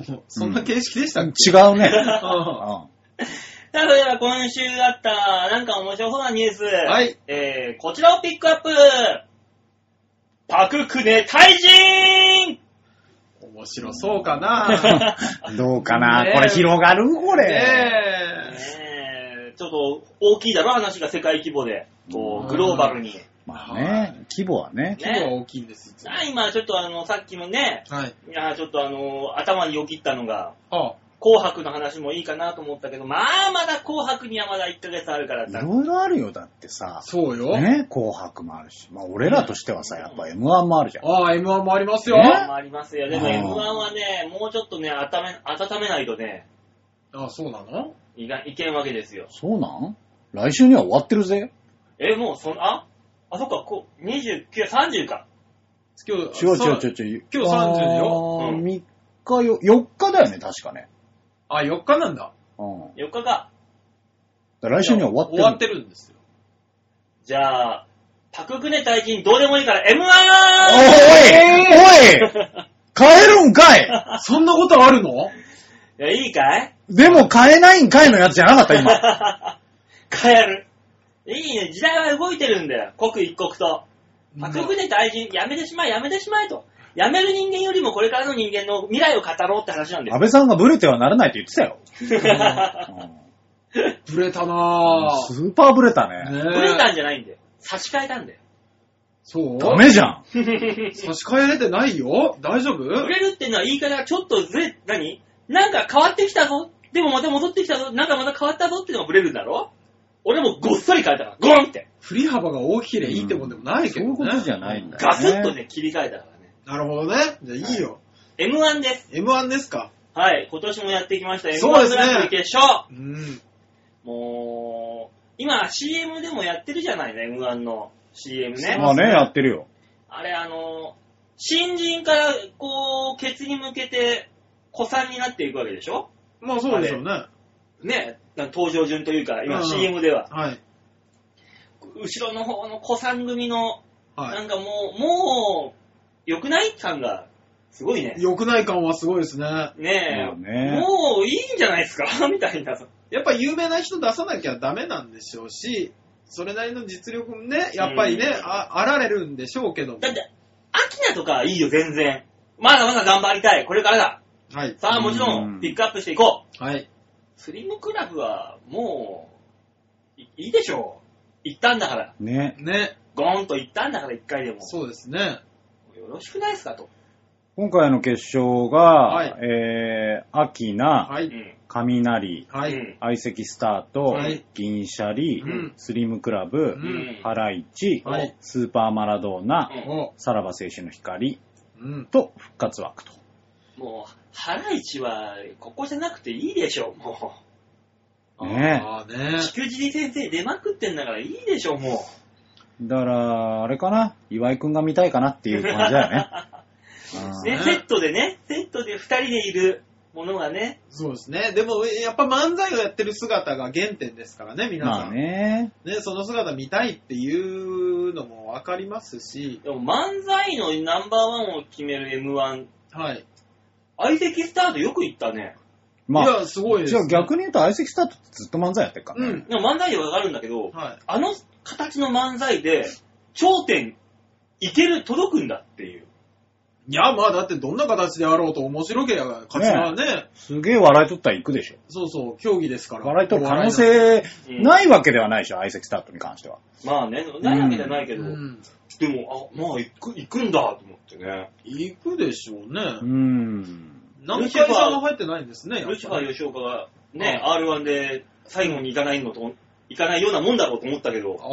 C: そんな形式でしたっけ？
A: 違うね。
B: さあ、それでは今週あった、なんか面白そうなニュース。
C: はい。
B: こちらをピックアップ。パククネ退陣！
C: 面白そうかな
A: どうかな、これ広がるこれ。
B: ちょっと大きいだろ、話が世界規模で。こう、グローバルに。
A: まあね、規模はね。
C: 規模は大きいんです。
B: 今ちょっとさっきもね、
C: はい。
B: いや、ちょっと頭によぎったのが、
C: ああ
B: 紅白の話もいいかなと思ったけど、まあまだ紅白にはまだ1ヶ月あるからさ。
A: いろいろあるよ、だってさ。
C: そうよ。
A: ね、紅白もあるし。まあ俺らとしてはさ、やっぱ M1 もあるじゃん。
C: ああ、M1 もありますよ。
B: M1 もありますよ。でも M1 はね、もうちょっとね、温めないとね。
C: ああ、そうなの？
B: いけんわけですよ。
A: そうなん？来週には終わってるぜ。
B: もうそっか、29、30か。
C: 今日、
A: 違う。
C: 今日30よ。
A: 3日4日だよね、確かね。
C: あ、4日なんだ。
B: 4日か。
A: 来週には終わってる
C: んですよ。
B: じゃあ、パククネ退陣どうでもいいから M1！
A: おい買えるんかい
C: そんなことあるの？
B: いや、いいかい？
A: でも買えないんかいのやつじゃなかった、今。
B: 買える。いいね、時代は動いてるんだよ。刻一刻と。パククネ退陣、やめてしまえと。やめる人間よりもこれからの人間の未来を語ろうって話なんですよ。
A: 安倍さんがブレてはならないって言ってたよ。
C: ブレたなぁ。
A: スーパーブレたね。
B: ブレたんじゃないんだよ。差し替えたんだよ。
C: そう？
A: ダメじゃん。
C: 差し替えれてないよ。大丈夫？
B: ブレるっていうのは言い方がちょっとなんか変わってきたぞ。でもまた戻ってきたぞ。なんかまた変わったぞっていうのがブレるんだろ？俺もごっそり変えたから。ゴンって。
C: 振り幅が大きければいいってもんでもないけどね。
A: そういうことじゃないんだよね。
B: ガスッとね、切り替えたからね。
C: なるほどね。じゃあいいよ。
B: M1 です。
C: M1 ですか。
B: はい。今年もやってきました。
C: そうです
B: M1 グランプリ決勝。
C: うん。
B: もう、今 CM でもやってるじゃないね、M1 の CM ね。
A: まあね、やってるよ。
B: あれ新人からケツに向けて、古参になっていくわけでしょ？
C: まあそうですよね。
B: ね、登場順というか、今 CM では。
C: はい。
B: 後ろの方の古参組の、
C: はい、
B: なんかもう、良くない感が、すごいね。
C: 良くない感はすごいですね。
B: ねえ、
A: ね、
B: もういいんじゃないですかみたいな。
C: やっぱ有名な人出さなきゃダメなんでしょうし、それなりの実力もね、やっぱりね、あられるんでしょうけど。
B: だって、アキナとかいいよ、全然。まだまだ頑張りたい。これからだ。
C: はい。
B: さあ、もちろん、ピックアップしていこ
C: う。はい。
B: スリムクラブは、もう、いいでしょう。 行ったんだから。
A: ね。
B: ゴーンと行ったんだから、一回でも。
C: そうですね。
B: よろしくないですかと。
A: 今回の決勝が、はい、アキナ、はい、雷、はい、相席スタート、はい、銀シャリ、スリムクラブ、ハライチ、スーパーマラドーナ、さらば青春の光、と復活枠と。
B: もう、ハライチは、ここじゃなくていいでしょ、もう。
A: ね
B: え。しくじり先生出まくってんだからいいでしょ、も
A: う。だから、あれかな、岩井くんが見たいかなっていう感じだよね。
B: ね、セットで二人でいるものがね。
C: そうですね。でも、やっぱ漫才をやってる姿が原点ですからね、皆さん。まあね。ね、その姿見たいっていうのもわかりますし。
B: でも漫才のナンバーワンを決める M1。
C: はい。
B: 相席スタートよく行ったね。
C: まあ、いや、すごいです、ね。
A: じゃあ逆に言うと相席スタートってずっと漫才やってるからね。
B: でも漫才でわかるんだけど、はい、あの形の漫才で頂点いける、届くんだっていう。
C: いや、まあだってどんな形であろうと面白ければ勝ちはね。
A: すげえ笑い取ったら行くでしょ。
C: そうそう、競技ですから。
A: 笑い取る可能性ないわけではないでしょ、相席スタートに関しては。
B: まあね、ないわけじゃないけど。でも、まあ行くんだと思ってね。
C: 行くでしょうね。何回差が入ってないんですね。
B: ルシファー吉岡がね、R1 で最後に行かないようなもんだろうと思ったけど。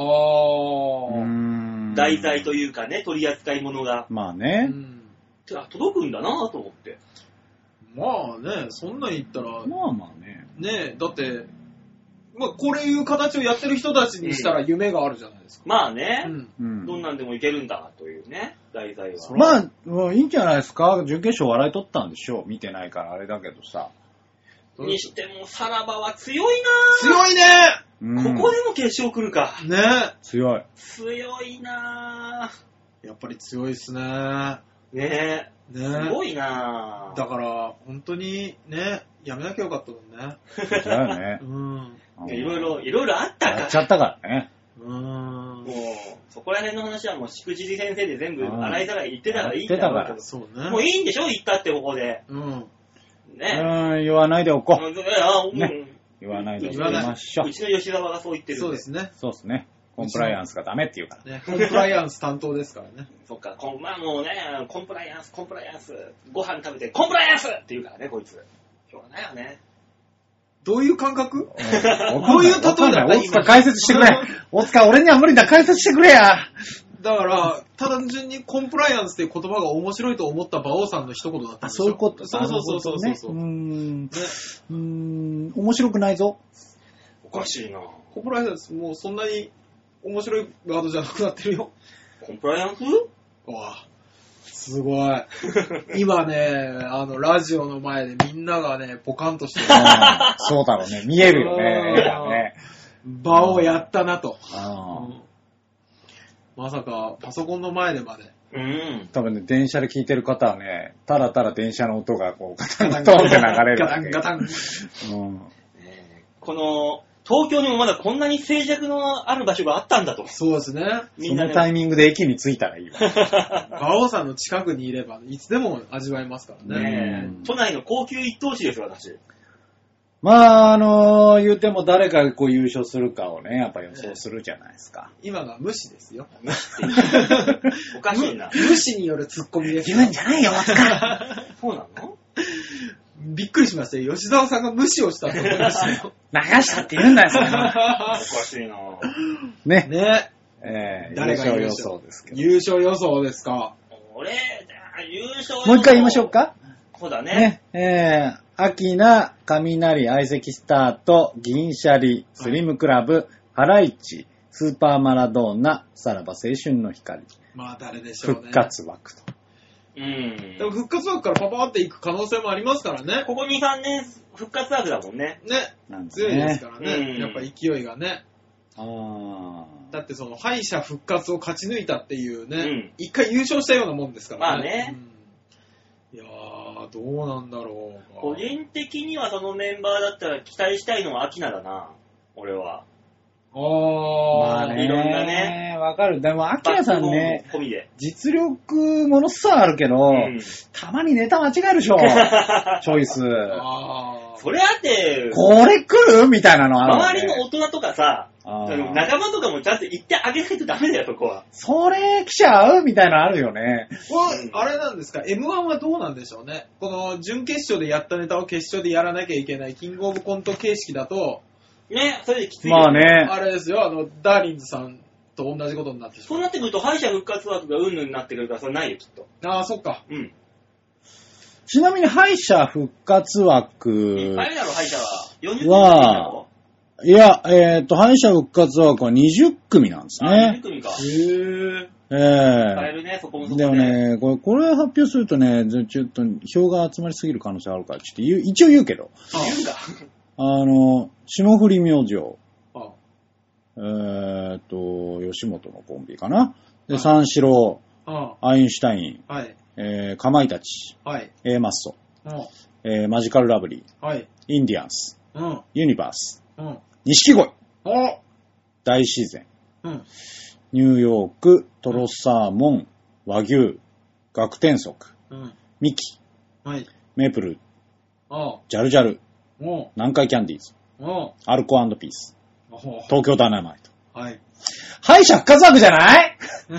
B: 題材というかね、取り扱い物が。
A: まあね。
B: 届くんだなと思って。
C: まあね、そんなん言ったら。
A: まあまあね。
C: ね、だって、まあこれいう形をやってる人たちにしたら夢があるじゃないですか。
B: まあね、どんなんでもいけるんだというね、題材は。
A: まあ、いいんじゃないですか。準決勝笑い取ったんでしょう。見てないからあれだけどさ。
B: にしても、さらばは強いな
C: 強い
B: ね、ここでも決勝来るか。
C: ね
A: 強い。
B: 強いな
C: やっぱり強いっすね。
B: ねえ。すごいな
C: だから、本当にね、やめなきゃよかったもんね。
A: だよね。
B: いろいろあったから。
A: やっちゃったからね。
B: もう、そこら辺の話はもうしくじり先生で全部洗いざらい言ってたからいいんだろうけど。
C: そうね。
B: もういいんでしょ言ったってここで。
A: ね。言わないでおこう。言わないでおきましょう。
B: うちの吉沢がそう言ってるんで。
C: そうですね。
A: そうですね。コンプライアンスがダメって言うから
C: ね。コンプライアンス担当ですからね。
B: そっか、まあもうね、コンプライアンス、ご飯食べてコンプライアンスって言うからね、こいつ。しょうがないよね。
C: どういう感覚どういう例えだった
A: 大塚解説してくれ。大塚、俺には無理だ、解説してくれや。
C: だから、単純にコンプライアンスっていう言葉が面白いと思った馬王さんの一言だったんですよ。
A: そういうこと。
C: そう。
A: 面白くないぞ。
B: おかしいな。
C: コンプライアンスもうそんなに面白いワードじゃなくなってるよ。
B: コンプライアンス？
C: わあ、すごい。今ね、ラジオの前でみんながね、ポカンとしてる。
A: そうだろうね。見えるよね。
C: 場をやったなと。まさか、パソコンの前でまで。
A: 多分ね、電車で聞いてる方はね、ただただ電車の音がこう、ガタンガタンって流れる。
C: ガタンガタン。
B: この、東京にもまだこんなに静寂のある場所があったんだと。
C: そうですね。
A: そのタイミングで駅に着いたらいいわ。
C: 馬王さんの近くにいれば、いつでも味わえますからね。
B: 都内の高級一等地です、私。
A: まあ、言うても誰がこう優勝するかをね、やっぱ予想するじゃないですか。
C: 今が無視ですよ。
B: 無視っておかしいな。
C: 無視によるツッコミです。
A: 言うんじゃないよ、松川。
B: そうなの？
C: びっくりしましたよ。吉沢さんが無視をしたと思いましたよ。
A: 流したって言うんだよ、それ。お
B: かしいな
A: ね。
C: ね。
A: 誰が優勝ですけど。
C: 優勝予想ですか。
B: 俺、優勝予想。
A: もう一回言いましょうか。
B: そうだね。
A: アキナ、雷、相席スタート、銀シャリ、スリムクラブ、ハライチ、スーパーマラドーナ、さらば青春の光。
C: まあ誰でしょうね。
A: 復活枠と。
C: でも復活枠からパパーっていく可能性もありますからね。
B: ここ2、3年復活枠だもんね。
C: ね。強いですからね。やっぱ勢いがね。だってその敗者復活を勝ち抜いたっていうね、一回優勝したようなもんですからね。
B: まあね。
C: いやー、どうなんだろう。
B: 個人的にはそのメンバーだったら期待したいのはアキナだな、俺は。
A: まあね。
B: いろんなね。
A: わかる。でも、アキラさんね、実力ものすごいあるけど、たまにネタ間違えるでしょ。チョイス。
B: それあって、
A: これ来るみたいなのある、
B: 周りの大人とかさ、 仲間とかもちゃんと言ってあげないとダメだよ、そこは。
A: それ来ちゃうみたいなのあるよね。
C: あれなんですか、M1 はどうなんでしょうね。この準決勝でやったネタを決勝でやらなきゃいけないキングオブコント形式だと、
B: ね、それできつい。
A: まあね。
C: あれですよ、ダーリンズさんと同じことになってしまう。
B: そうなってくると敗者復活枠がうんぬんになってくるから、それないよ、きっと。
C: ああ、そっか。
B: うん。
A: ちなみに敗者復活枠
B: いっぱいだろ、敗者は。40組だろ。
A: いや、敗者復活枠は20組なんですね。
B: 20組か。
C: へ
B: 使えるね、そこもそこで。
A: でもね、これ発表するとね、ちょっと票が集まりすぎる可能性あるから、ちょっと一応言うけど。
B: 言うんだ。
A: 霜降り明星。
C: あ
A: 吉本のコンビかな。で、三四郎、アインシュタイン、
C: はい。
A: かまいたち、
C: はい。
A: A マッソ、マジカルラブリー、
C: はい。
A: インディアンス、ユニバース、
C: うん。
A: 錦鯉、
C: お
A: 大自然、
C: うん。
A: ニューヨーク、トロサーモン、和牛、学天則、
C: うん。
A: ミキ、
C: はい。
A: メープル、
C: あ
A: ジャルジャル、
C: お
A: 南海キャンディーズ、
C: お
A: アルコ&ピース、
C: お
A: 東京ダイナマイト。
C: はい。
A: 敗者復活枠じゃない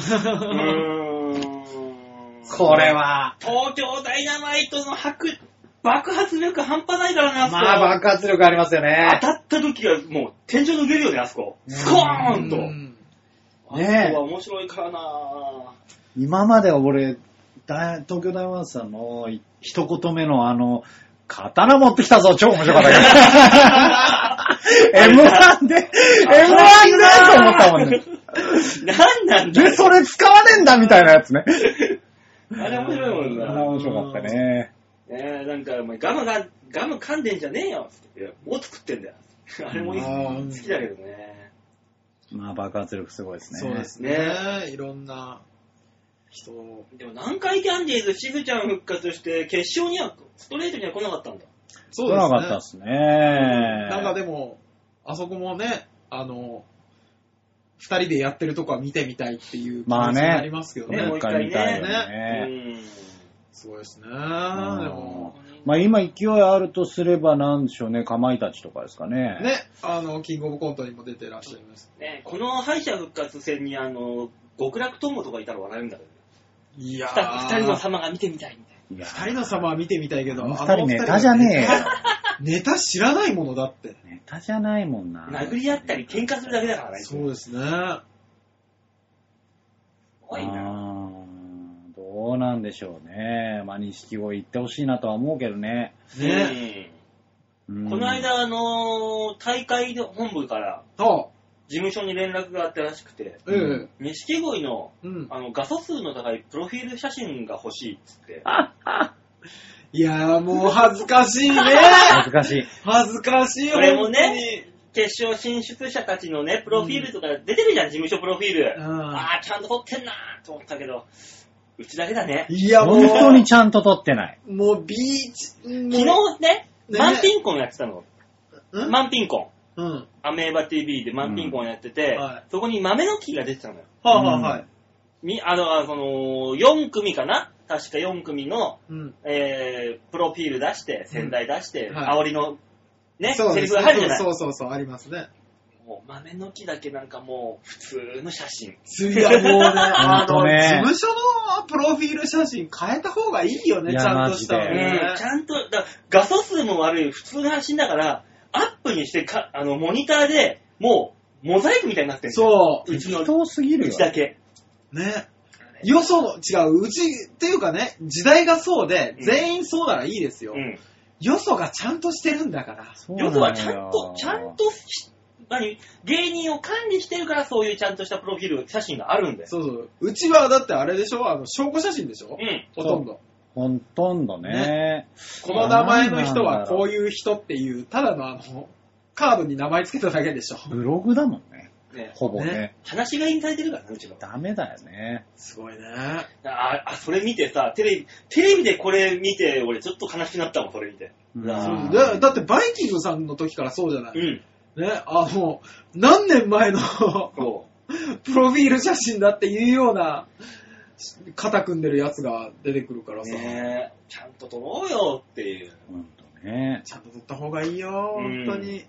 A: これは。
B: 東京ダイナマイトの爆発力半端ないからね、あそこ。
A: まあ爆発力ありますよね。
B: 当たった時はもう天井抜けるよね、あそこ。スコーンと。
A: ねえ。
B: あそこは面白いからな
A: 今まで俺、東京ダイナマイトさんの一言目の刀持ってきたぞ、超面白かったけど。M1 でと思ったもんね。
B: なんなんだよ。
A: で、それ使わねえんだみたいなやつね。
B: あれ面白いもんな。
A: あれ面白かったね。
B: なんか、お前ガム噛んでんじゃねえよって言って。もう作ってんだよ。あれも好きだけどね。
A: まあ爆発力すごいですね。
C: そうですね。いろんな人。
B: でも南海キャンディーズ、しずちゃん復活して決勝にはストレートには来なかったんだ。
C: そうですね。
A: 来なかったですね。
C: なんかでも、あそこもね、二人でやってるとこは見てみたいっていう気持ちになりますけどね。
B: もう一回ね。
C: すごいですね。でも。
A: まあ今勢いあるとすればなんでしょうね、かまいたちとかですかね。
C: ね、キングオブコントにも出てらっしゃいます。
B: ね、この敗者復活戦に極楽友とかいたら笑うんだけどね。
C: いや
B: ー。二人の様が見てみたいみたいな。
C: 二人の様は見てみたいけど、
A: 二人ネタじゃねえよ。
C: ネタ知らないものだって。
A: ネタじゃないもんな。
B: 殴り合ったり喧嘩するだけだからね。
C: そうですね。
B: 怖いな。
A: どうなんでしょうね。まあ、錦鯉行ってほしいなとは思うけどね。
C: ね。
B: この間、大会本部から、事務所に連絡があったらしくて、錦鯉の、画素数の高いプロフィール写真が欲しいっつって。
C: いやーもう恥ずかしいね。
A: 恥ずかしい。
C: 恥ずかしいよ。
B: これもね、決勝進出者たちのね、プロフィールとか出てるじゃん、事務所プロフィール。あー、ちゃんと撮ってんなーと思ったけど、うちだけだね。
C: いや、もう。
A: 本当にちゃんと撮ってない。
C: もうビーチ。
B: 昨日ね、マンピンコンやってたの。マンピンコン。アメーバ TV でマンピンコンやってて、そこに豆の木が出てたのよ。4組かな確か4組の、プロフィール出して、先代出して、煽りの、ね、セリフが入るじゃない。
C: そう、ありますね。
B: もう豆の木だけなんかもう、普通の写真。
C: いや、もうね、事務所のプロフィール写真変えた方がいいよね、ちゃんとしたのね。
B: ちゃんと、画素数も悪い普通の写真だから、アップにしてモニターでもう、モザイクみたいになってるんです
C: よ。
B: うちの、
A: 人すぎるよ。
B: うちだけ。
C: ね。よその、違う、うちっていうかね、時代がそうで、全員そうならいいですよ。よそがちゃんとしてるんだから。
B: よそはちゃんと、芸人を管理してるからそういうちゃんとしたプロフィール写真があるんだよ。
C: そう。うちはだってあれでしょ証拠写真でしょほとんど。
A: ほとんどね。
C: この名前の人はこういう人っていう、ただのカードに名前つけただけでしょ。
A: ブログだもんね。ほぼね。
B: 話が印されてるからね、うちの。
A: ダメだよね。
C: すごいね。
B: それ見てさ、テレビでこれ見て、俺ちょっと悲しくなったもん、それ見て。
C: だってバイキングさんの時からそうじゃない。ね、何年前のプロフィール写真だっていうような肩組んでるやつが出てくるからさ。
B: ね、ちゃんと撮ろうよっていう。
A: ほんとね。
C: ちゃんと撮った方がいいよ、本当に。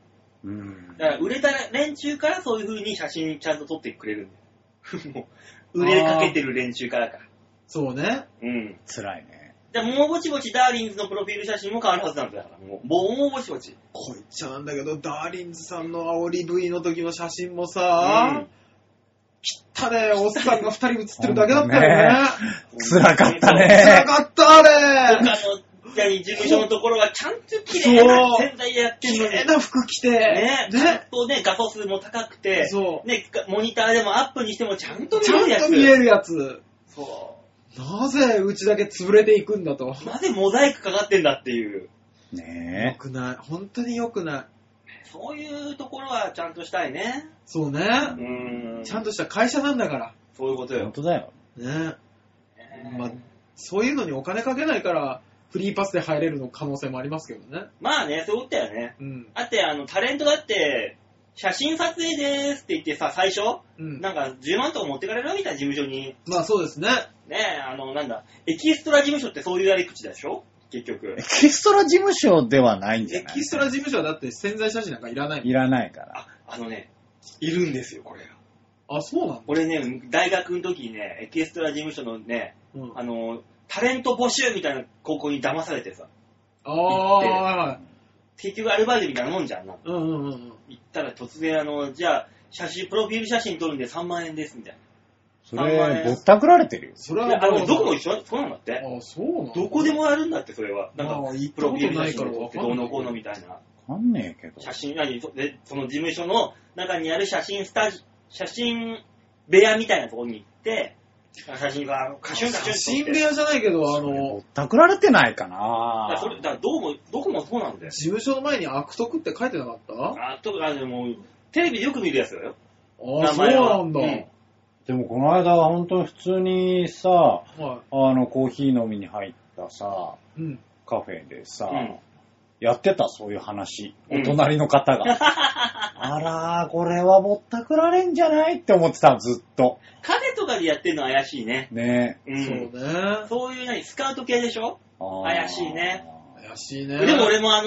B: だから売れた連中からそういう風に写真ちゃんと撮ってくれるんだよ。もう売れかけてる連中からか。
C: そうね。
A: 辛いね。
B: じゃあ、もうぼちぼちダーリンズのプロフィール写真も変わるはずなんだから、もうぼちぼち。
C: こいっちゃなんだけど、ダーリンズさんの煽り V の時の写真もさ、汚ねえおっさんが2人写ってるだけだったよね。
A: 辛かったね。
C: 辛かったあれ。
B: 他の事務所のところがちゃんと綺麗な洗剤でやってるのに。
C: 綺麗な服着て。
B: ね。ちゃんとね、画素数も高くて。ね、モニターでもアップにしてもちゃんと見えるやつ。
C: ちゃんと見えるやつ。
B: そう。
C: なぜうちだけ潰れていくんだと。
B: なぜモザイクかかってんだっていう。
A: ねえ。
C: よくない。本当によくない。
B: そういうところはちゃんとしたいね。
C: そうね。ちゃんとした会社なんだから。
B: そういうことよ。
A: 本当だよ。
C: ね。まあ、そういうのにお金かけないから、フリーパスで入れるの可能性もありますけどね。
B: まあね、そういうことだよね。だって、タレントだって、写真撮影でーすって言ってさ、最初、なんか10万とか持ってかれるみたいな事務所に。
C: まあそうですね。
B: ねなんだ、エキストラ事務所ってそういうやり口でしょ結局。
A: エキストラ事務所ではないんじゃない？
C: エキストラ事務所はだって潜在写真なんかいらないもん。
A: いらないから。
B: いるんですよ、これが。
C: あ、そうなんだ。
B: 俺ね、大学の時にね、エキストラ事務所のね、タレント募集みたいな高校に騙されてさ。
C: ああ。
B: 結局アルバイトみたいなもんじゃんな。行ったら突然じゃあ、プロフィール写真撮るんで3万円ですみたいな。
A: それ、ぼったくられてるよ。
B: それはどこも一緒そうなんだって。
C: あ、そうなんだ。
B: どこでもやるんだって、それは。なんか、プロフィール写真撮ってどうのこうのみたいな。
A: わかんねえけど。
B: 写真、その事務所の中にある写真部屋みたいなところに行って、写真がカシュンカシュン。
C: 写真部屋じゃないけど、
A: ぼったくられてないかな。
B: どこもそうなんだよ。
C: 事務所の前に悪徳って書いてなかった？
B: 悪徳でもテレビでよく見るやつだよ。
C: ああ、そうなんだ。
A: でもこの間は本当に普通にさ、コーヒー飲みに入ったさ、カフェでさ、やってたそういう話。お隣の方が。あらー、これはぼったくられんじゃないって思ってた、ずっと。
B: カフェとかでやってるの怪しいね。
A: ね
C: そうね。
B: そういうスカウト系でしょ？怪しいね。
C: 怪しいね。
B: でも俺も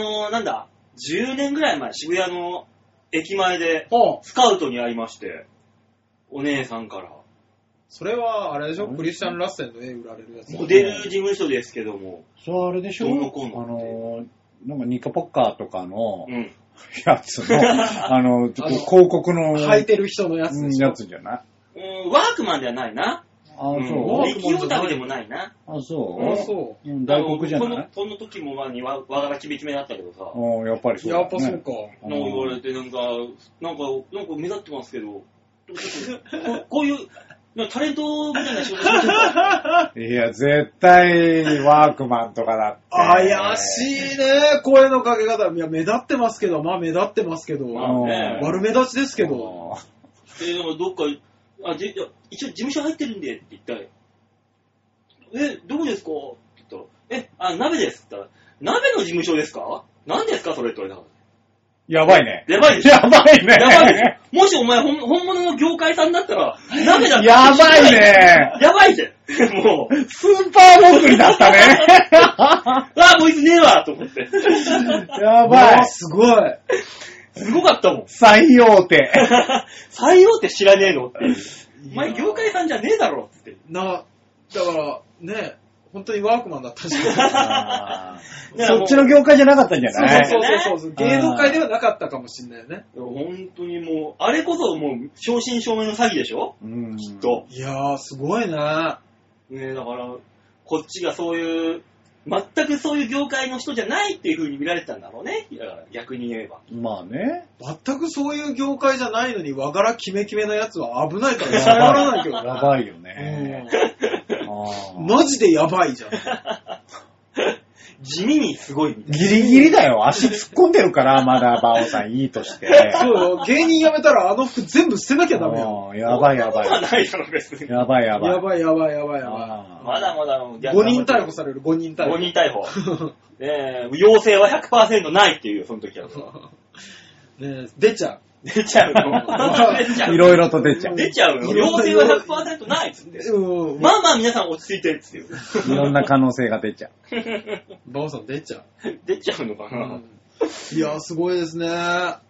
B: 10年ぐらい前、渋谷の駅前でスカウトに会いまして、お姉さんから。
C: それは、あれでしょ？クリスチャン・ラッセンの絵売られるやつ。
B: モデル事務所ですけども。
A: それあれでしょ？なんかニカポッカーとかの、やつの、広告の、
C: 履いてる人のやつでしょ？
A: やつじゃない？
B: ワークマンではないな。
A: そう。
B: 駅オタクでもないな。
C: そう。
A: 外国じゃない？
B: その時も和柄キメキメだったけどさ。
A: やっぱりそう。
C: やっぱそうか。
B: 言われて、なんか目立ってますけど、こういう、タレントみたいな仕事してるか
A: いや、絶対ワークマンとかだって。
C: 怪しいね、声のかけ方。いや、目立ってますけど、悪目立ちですけど。
B: でもどっか、一応事務所入ってるんでって言ったら、どこですかって言ったら、鍋ですって言ったら、鍋の事務所ですか？何ですかそれって言われたから。
A: やばいね。
B: やばいでしょ。
A: やばいね。
B: もしお前本物の業界さんだったら、鍋だったら。
A: やばいね。
B: やばいぜ。もう。
A: スーパーモグリだったね。
B: こいつねえわと思って。
A: やばい。
C: すごい。
B: すごかったもん。
A: 最大手。
B: 最大手知らねえのって。お前業界さんじゃねえだろって。
C: だからね、本当にワークマンだったじゃん。
A: そっちの業界じゃなかったんじゃない？
C: そう。芸能界ではなかったかもしれないよね。
B: 本当にもう、あれこそもう、正真正銘の詐欺でしょ？きっと。
C: いやー、すごいな。
B: ねえ、だから、こっちがそういう、全くそういう業界の人じゃないっていう風に見られてたんだろうね。だから逆に言えば。
A: まあね。
C: 全くそういう業界じゃないのに、和柄キメキメなやつは危ないから伝わらないけどね。
A: やばいよね。
C: マジでやばいじゃん。
B: 地味にすごいみたいな。
A: ギリギリだよ。足突っ込んでるから、まだバオさんいいとして。
C: そうよ。芸人辞めたらあの服全部捨てなきゃダメよ。
A: やばいやばい。
B: そんなことはないだろ、別に。
A: やばいやばい。
C: やばい。
B: まだまだ。
C: 5人逮捕される、5人逮捕。
B: 5人逮捕。陽性は 100% ないっていう、その時は。
C: ね出ちゃう。
B: 出ちゃうの。
A: いろいろと出ちゃう。
B: 出ちゃうの。陽性は 100% ないっつって。まあまあ皆さん落ち着いてるっつって。
A: いろんな可能性が出ちゃう。
C: バオさん出ちゃう。
B: 出ちゃうのかな。
C: いや、すごいですね。
B: ね、だから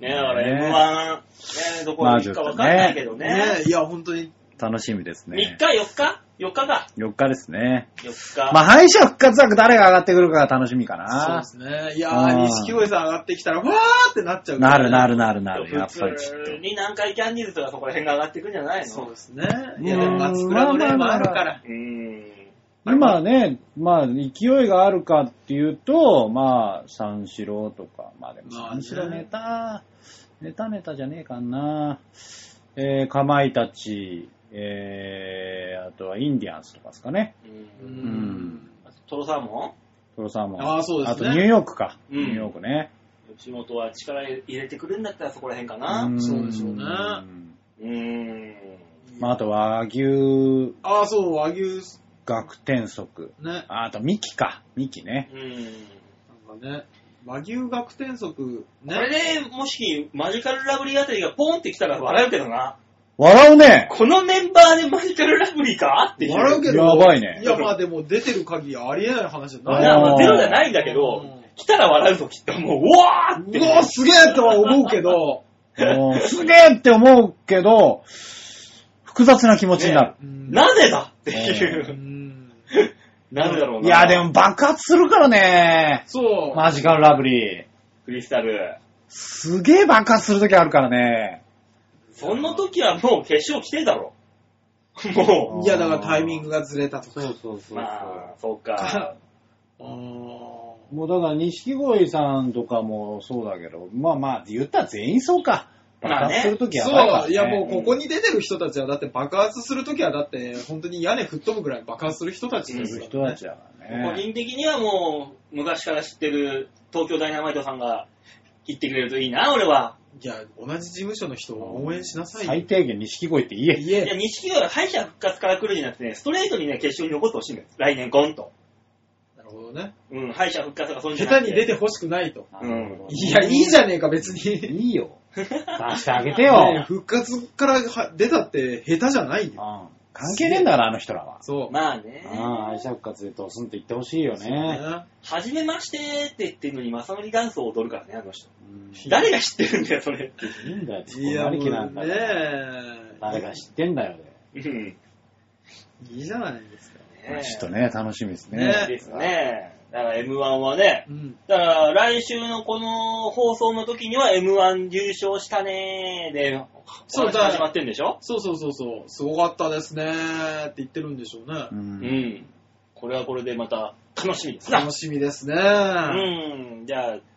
B: M1、どこに行くかわかんないけどね。
C: いや、本当に。
A: 楽しみですね。
B: 3日 ?4 日 ?4 日か。
A: 4日ですね。
B: 4日。
A: まあ、敗者復活枠誰が上がってくるかが楽しみかな。
C: そうですね。いやー、錦鯉さん上がってきたら、わーってなっちゃうから、ね。
A: なる。やっぱり
B: 普通に南海キャンディーズとかそこら辺が上がってくんじゃないの？
C: そうですね。いや、でも松倉の例もあるから。
A: 今ね、まあ、勢いがあるかっていうと、まあ、三四郎とか、まあでも三四郎ネタじゃねえかな。かまいたち、あとはインディアンスとかですかね。
B: トロサーモン。
C: ああ、そうですね。
A: あとニューヨークか。ニューヨークね。
B: 吉本は力入れてくるんだったらそこら辺かな。
C: そうでしょうね。
A: まあ、あと和牛。
C: ああ、そう、和牛。
A: 学天則。
C: ね。
A: あとミキか。ミキね。
C: なんかね。和牛学天則ね。
B: これで、もし、マジカルラブリーあたりがポンってきたら笑うけどな。
A: 笑うね。
B: このメンバーでマジカルラブリーかっていう。
C: 笑うけど。
A: やばいね。
C: いや、まあでも出てる限りありえない話じゃない。
B: いや、まあゼロじゃないんだけど、来たら笑うときってもう、うわーって。
C: うわーすげーとは思うけど。
A: すげーって思うけど、複雑な気持ちになる。
B: なぜだっていう。なんでだろうな。
A: いや、でも爆発するからね。
C: そう。
A: マジカルラブリー。
B: クリスタル。
A: すげー爆発するときあるからね。
B: その時はもう決勝来てるだろ。も
C: う。いや、だからタイミングがずれたとか。
A: そう。
B: まあ、そうか。
A: もうだから錦鯉さんとかもそうだけど、まあ、言ったら全員そうか。爆発するときは、ね、
C: そう、いやもうここに出てる人たちはだって爆発するときはだって本当に屋根吹っ飛ぶぐらい爆発する人たちです
A: よね。人たちだからね。
B: 個人的にはもう昔から知ってる東京ダイナマイトさんが言ってくれるといいな、俺は。
C: いや、同じ事務所の人を応援しなさいよ。
A: 最低限錦鯉って言え。
B: いや、錦鯉は敗者復活から来るんじゃなくてね、ストレートにね、決勝に残ってほしいのよ。来年コンと。
C: なるほどね。
B: 敗者復活がそんじゃなくて。
C: 下手に出てほしくないと。
B: い
C: や、いいじゃねえか、別に。
A: いいよ。出してあげてよ。
C: 復活から出たって下手じゃないよ。
A: 関係ねえんだから、あの人らは。
C: そう。
B: まあね。
A: 敗者復活でドスンって言ってほしいよね。
B: はじめましてって言ってるのに、まさのりダンスを踊るからね、あの人。誰が知ってるんだよ、それ。
A: いいんだよ、いや、りきなんだから誰が知ってんだよ、
C: いいじゃないですか。
A: ちょっとね、楽しみですね。
B: いいですね。だから M1 はね、だから来週のこの放送の時には M1 優勝したねーで、そう始まってんでしょ？
C: そう。すごかったですねーって言ってるんでしょう
B: ね。これはこれでまた楽しみですな。
C: 楽しみですね。
B: じゃあ、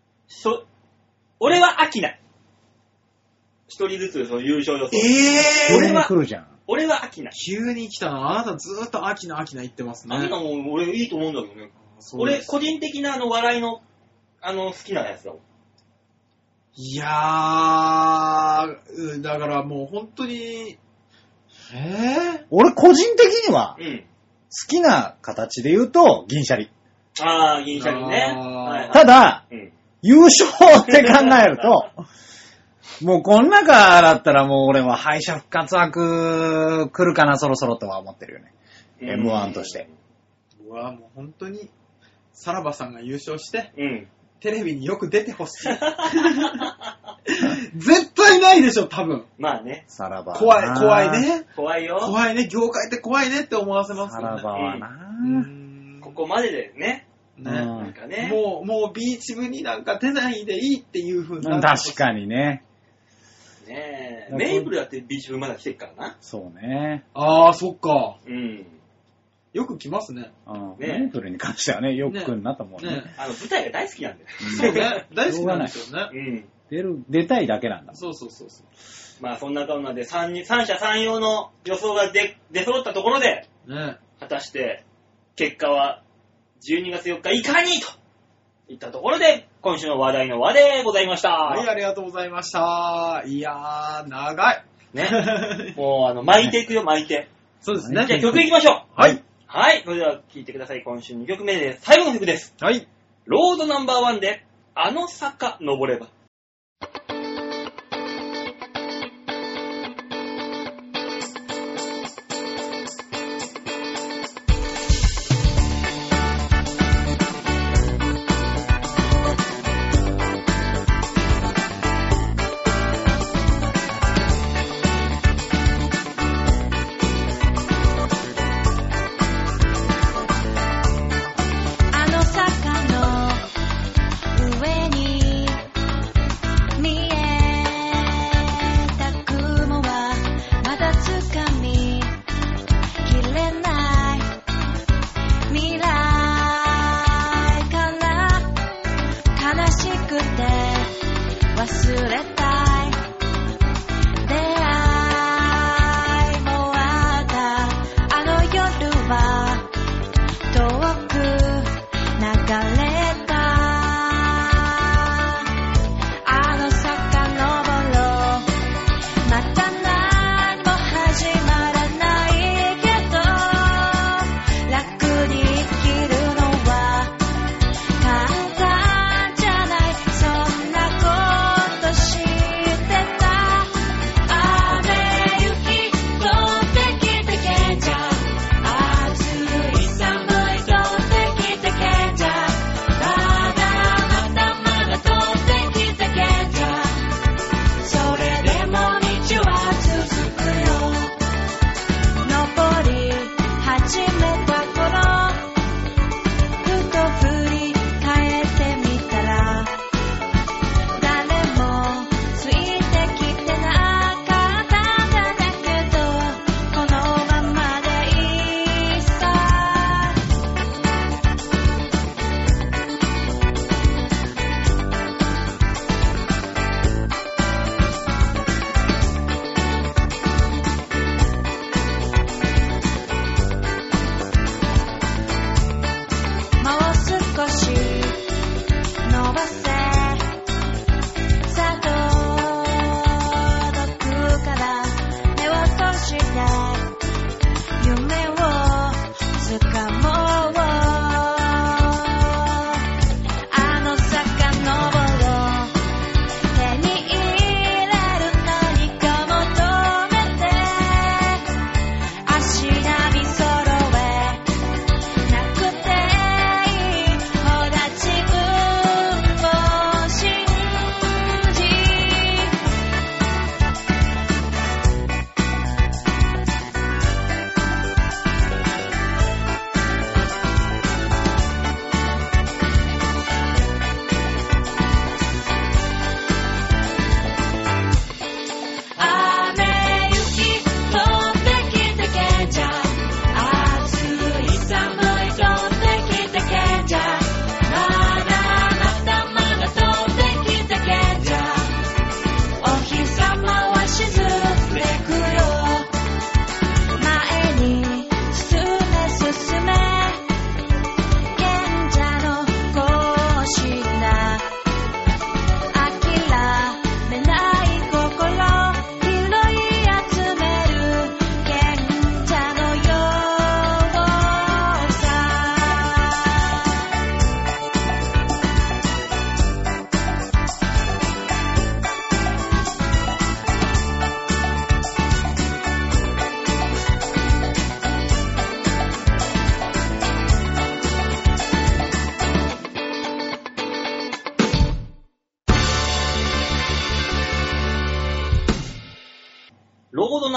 B: 俺は飽きない。一人ずつその優勝予想。
A: 俺は来るじゃん。
B: 俺は飽きない。
C: 急に来たな。あなたずーっと飽きない言ってますね。
B: あんなもん俺いいと思うんだけどね。俺、個人的な笑いの、好きなやつだもん。
C: いやー、だからもう本当に、
A: 俺個人的には、好きな形で言うと、銀シャリ。
B: あー、銀シャリね。
A: ただ、優勝って考えると、もうこの中だったらもう俺は敗者復活枠来るかな、そろそろとは思ってるよね。M1 として。
C: うわ、もう本当に、さらばさんが優勝して、テレビによく出てほしい。絶対ないでしょ、多分。
B: まあね。
A: さらば。
C: 怖いね。
B: 怖いよ。
C: 怖いね。業界って怖いねって思わせますよね。
A: さらばはな。
B: ここまででね。
C: なんかね。もうビーチ部になんか出ないでいいっていう風な。
A: 確かにね。
B: ねえ。メイブルだってビーチ部まだ来てるからな。
A: そうね。
C: あー、そっか。よく来ますね。
A: メイプルに関してはね、よく来るなと思うね。
B: 舞台が大好きなんだよ。
C: そうね。大好きなんですよね。
A: 出たいだけなんだ。
C: そう。
B: まあそんな顔なんで三者三様の予想が出揃ったところで、果たして結果は12月4日いかにといったところで、今週の話題の輪でございました。
C: はい、ありがとうございました。いやー、長い。
B: ね。もう巻いていくよ、巻いて。
C: そうですね。
B: じゃあ曲いきましょう。
C: はい。
B: はい。それでは聴いてください。今週2曲目で最後の曲です。
C: はい。
B: ロードナンバー1で、あの坂登れば。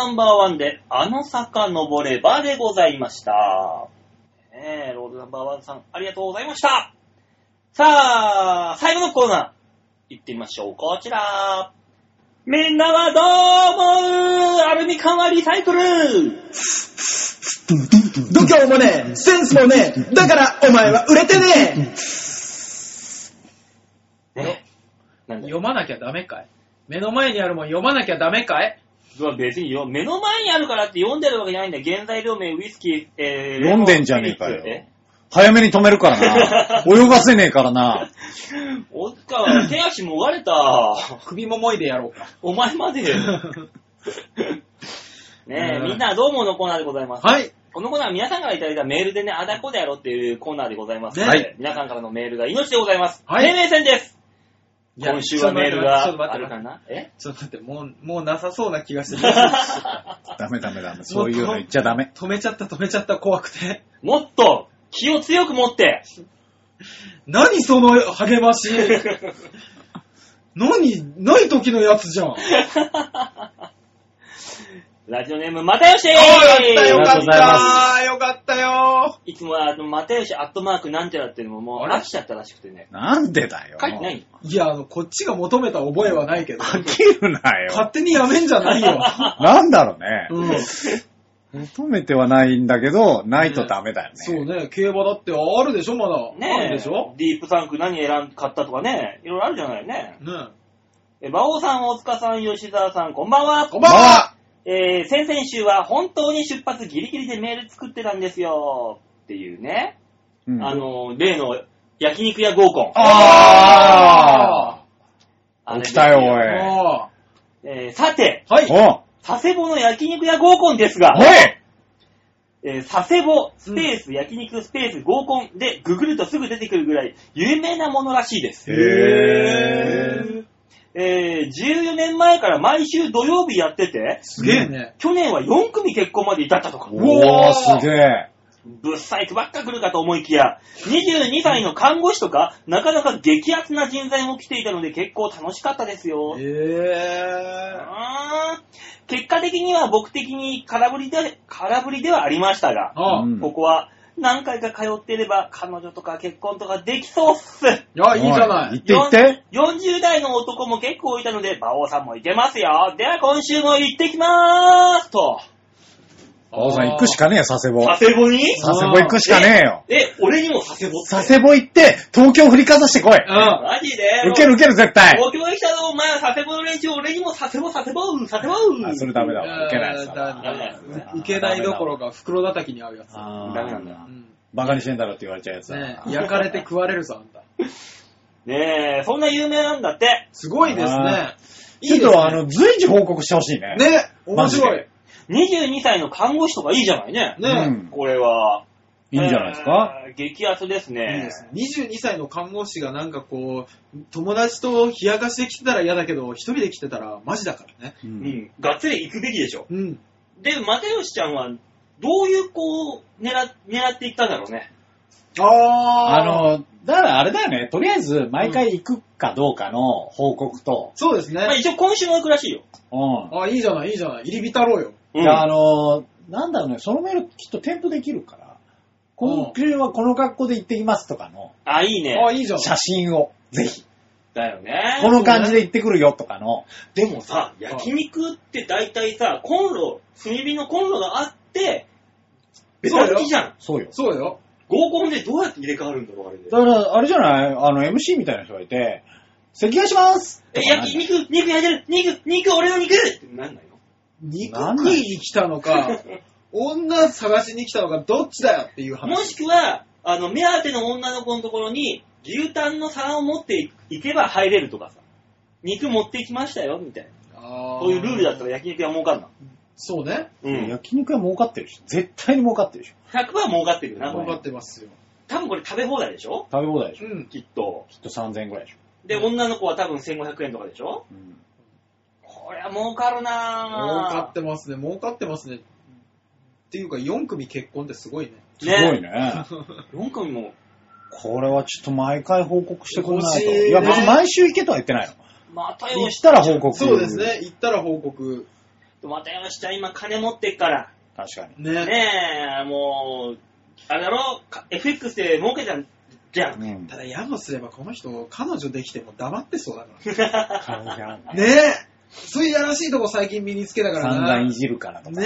B: ナンバーワンで、あの坂登ればでございました。ロードナンバーワンさん、ありがとうございました。さあ、最後のコーナー、行ってみましょう。こちら。みんなはどう思う？アルミ缶はリサイクル。
C: 度胸もねえ、センスもねえ、だからお前は売れてねえ。読まなきゃダメかい？目の前にあるもん読まなきゃダメかい？
B: 別によ、目の前にあるからって読んでるわけじゃないんだよ。原材料名、ウイスキー、
A: 読んでんじゃねえかよ。早めに止めるからな。泳がせねえからな。
B: おっか、手足もがれた。
C: 首ももいでやろうか。
B: お前まで。ねえ、みんなどうものコーナーでございます。
C: はい。
B: このコーナーは皆さんからいただいたメールでね、あだこでやろうっていうコーナーでございますので、
C: はい、
B: 皆さんからのメールが命でございます。
C: はい。
B: 生命線です。今週はメールがあるかな？
C: ちょっと待って、もうなさそうな気がして
A: ダメ。そういうの言っちゃダメ。
C: 止めちゃった、怖くて。
B: もっと気を強く持って。
C: 何その励まし。ない時のやつじゃん。
B: ラジオネーム、またよし。
C: よかったよ。
B: いつもまたよし@なんちゃらっていうのももう飽きちゃったらしくてね。
A: なんでだよ。
B: 書いてない？
C: いや、こっちが求めた覚えはないけど。
A: 飽きるなよ。
C: 勝手にやめんじゃないよ。
A: なんだろうね。求めてはないんだけど、ないとダメだよね。
C: そうね、競馬だってあるでしょ、まだ。
B: ね
C: あるでしょ。
B: ディープサンク何買ったとかね、いろいろあるじゃないね。
C: ね。
B: 馬王さん、大塚さん、吉沢さん、こんばんは。
C: こんばんは。
B: 先々週は本当に出発ギリギリでメール作ってたんですよ。っていうね。例の焼肉屋合コン。
A: 起きたよ、お
B: い。さて、
C: はい。
B: 佐世保の焼肉屋合コンですが、佐世保スペース焼肉スペース合コンでググるとすぐ出てくるぐらい有名なものらしいです。14年前から毎週土曜日やってて、
C: すげえね。
B: 去年は4組結婚まで至ったとか。
A: おー、すげえ。
B: ぶっ細工ばっか来るかと思いきや、22歳の看護師とか、なかなか激アツな人材も来ていたので結構楽しかったですよ。結果的には僕的に空振りではありましたが、ここは何回か通っていれば彼女とか結婚とかできそうっす。
C: いや、いいじゃない。
A: 行って
B: 40代の男も結構いたので、馬王さんも行けますよ。では今週も行ってきまーすと。
A: 馬王さん行くしかねえよ、佐世保。
B: 佐世保に？
A: 佐世保行くしかねえよ。
B: 俺にも佐世保って。
A: 佐世保行って、東京振りかざしてこい。
B: マジで？
A: 受ける絶対。
B: 東京に来たぞ、お前、佐世保の連中、俺にも佐世保。
A: それダメだわ。受けないやつだわ。
C: 受けないどころか、袋叩きに合うやつ。
B: ダメなんだ。
A: バカにしてんだろって言われちゃうやつだ。
C: ね、焼かれて食われるぞ、あんた。
B: ねえ、そんな有名なんだって。
C: すごいですね。
A: ちょっと随時報告してほしいね。
C: ね、面白い。
B: 22歳の看護師とかいいじゃないね。
C: ね、
B: これは。
A: いいんじゃないですか。
B: 激アツですね。
C: いいです。22歳の看護師がなんかこう、友達と冷やかしで来てたら嫌だけど、一人で来てたらマジだからね。
B: がっつり行くべきでしょ。
C: で、
B: 又吉ちゃんは、どういうこう、狙っていったんだろうね。
A: だからあれだよね。とりあえず、毎回行くかどうかの報告と。
C: そうですね。
B: 一応今週も行くらしいよ。
C: いいじゃない。入り浸ろうよ。
A: いや、なんだろうね。そのメールきっと添付できるから。今週はこの格好で行ってきますとかの。
B: いいね。
C: いいじゃん。
A: 写真を、ぜひ。
B: だよね。
A: この感じで行ってくるよとかの。
B: でもさ、焼肉って大体さ、炭火のコンロがあって、ベタ付きじゃん。
A: そうよ。
B: 合コンでどうやって入れ替わるんだろう、あれで。
A: だから、あれじゃない？ MC みたいな人がいて、席替えします
B: 焼肉焼いてる肉、俺の肉ってなんないの？
C: 肉食いに来たのか、女探しに来たのか、どっちだよっていう話。
B: もしくは、目当ての女の子のところに、牛タンの皿を持っていけば入れるとかさ、肉持ってきましたよ、みたいな。そういうルールだったら焼肉屋儲かんな。
C: そうね。
A: 焼肉屋儲かってるでしょ。絶対に儲かってるでしょ。
B: 100% 儲かってるよな、
C: 儲かってますよ。
B: 多分これ食べ放題でしょ？
A: 食べ放題でしょ。
B: きっと
A: 3000円ぐらいでしょ。
B: で、女の子は多分1500円とかでしょ？これは儲かるなぁ。
C: 儲かってますね。っていうか、4組結婚ってすごいね。
A: すごいね。
B: 4組も。
A: これはちょっと毎回報告してくれないと。いや、別に毎週行けとは言ってないの。
B: また
A: 行ったら報告。
C: そうですね。行ったら報告。
B: 又吉ちゃん今金持ってっから。
A: 確かに。
B: ねえ、もう、あれだろ、FX で儲けたんじゃん。
C: うん、ただ、やもすればこの人、彼女できても黙ってそうだから。ねえ。そういうやらしいとこ最近身につけたからな。
A: 散々いじるからとか。
C: ね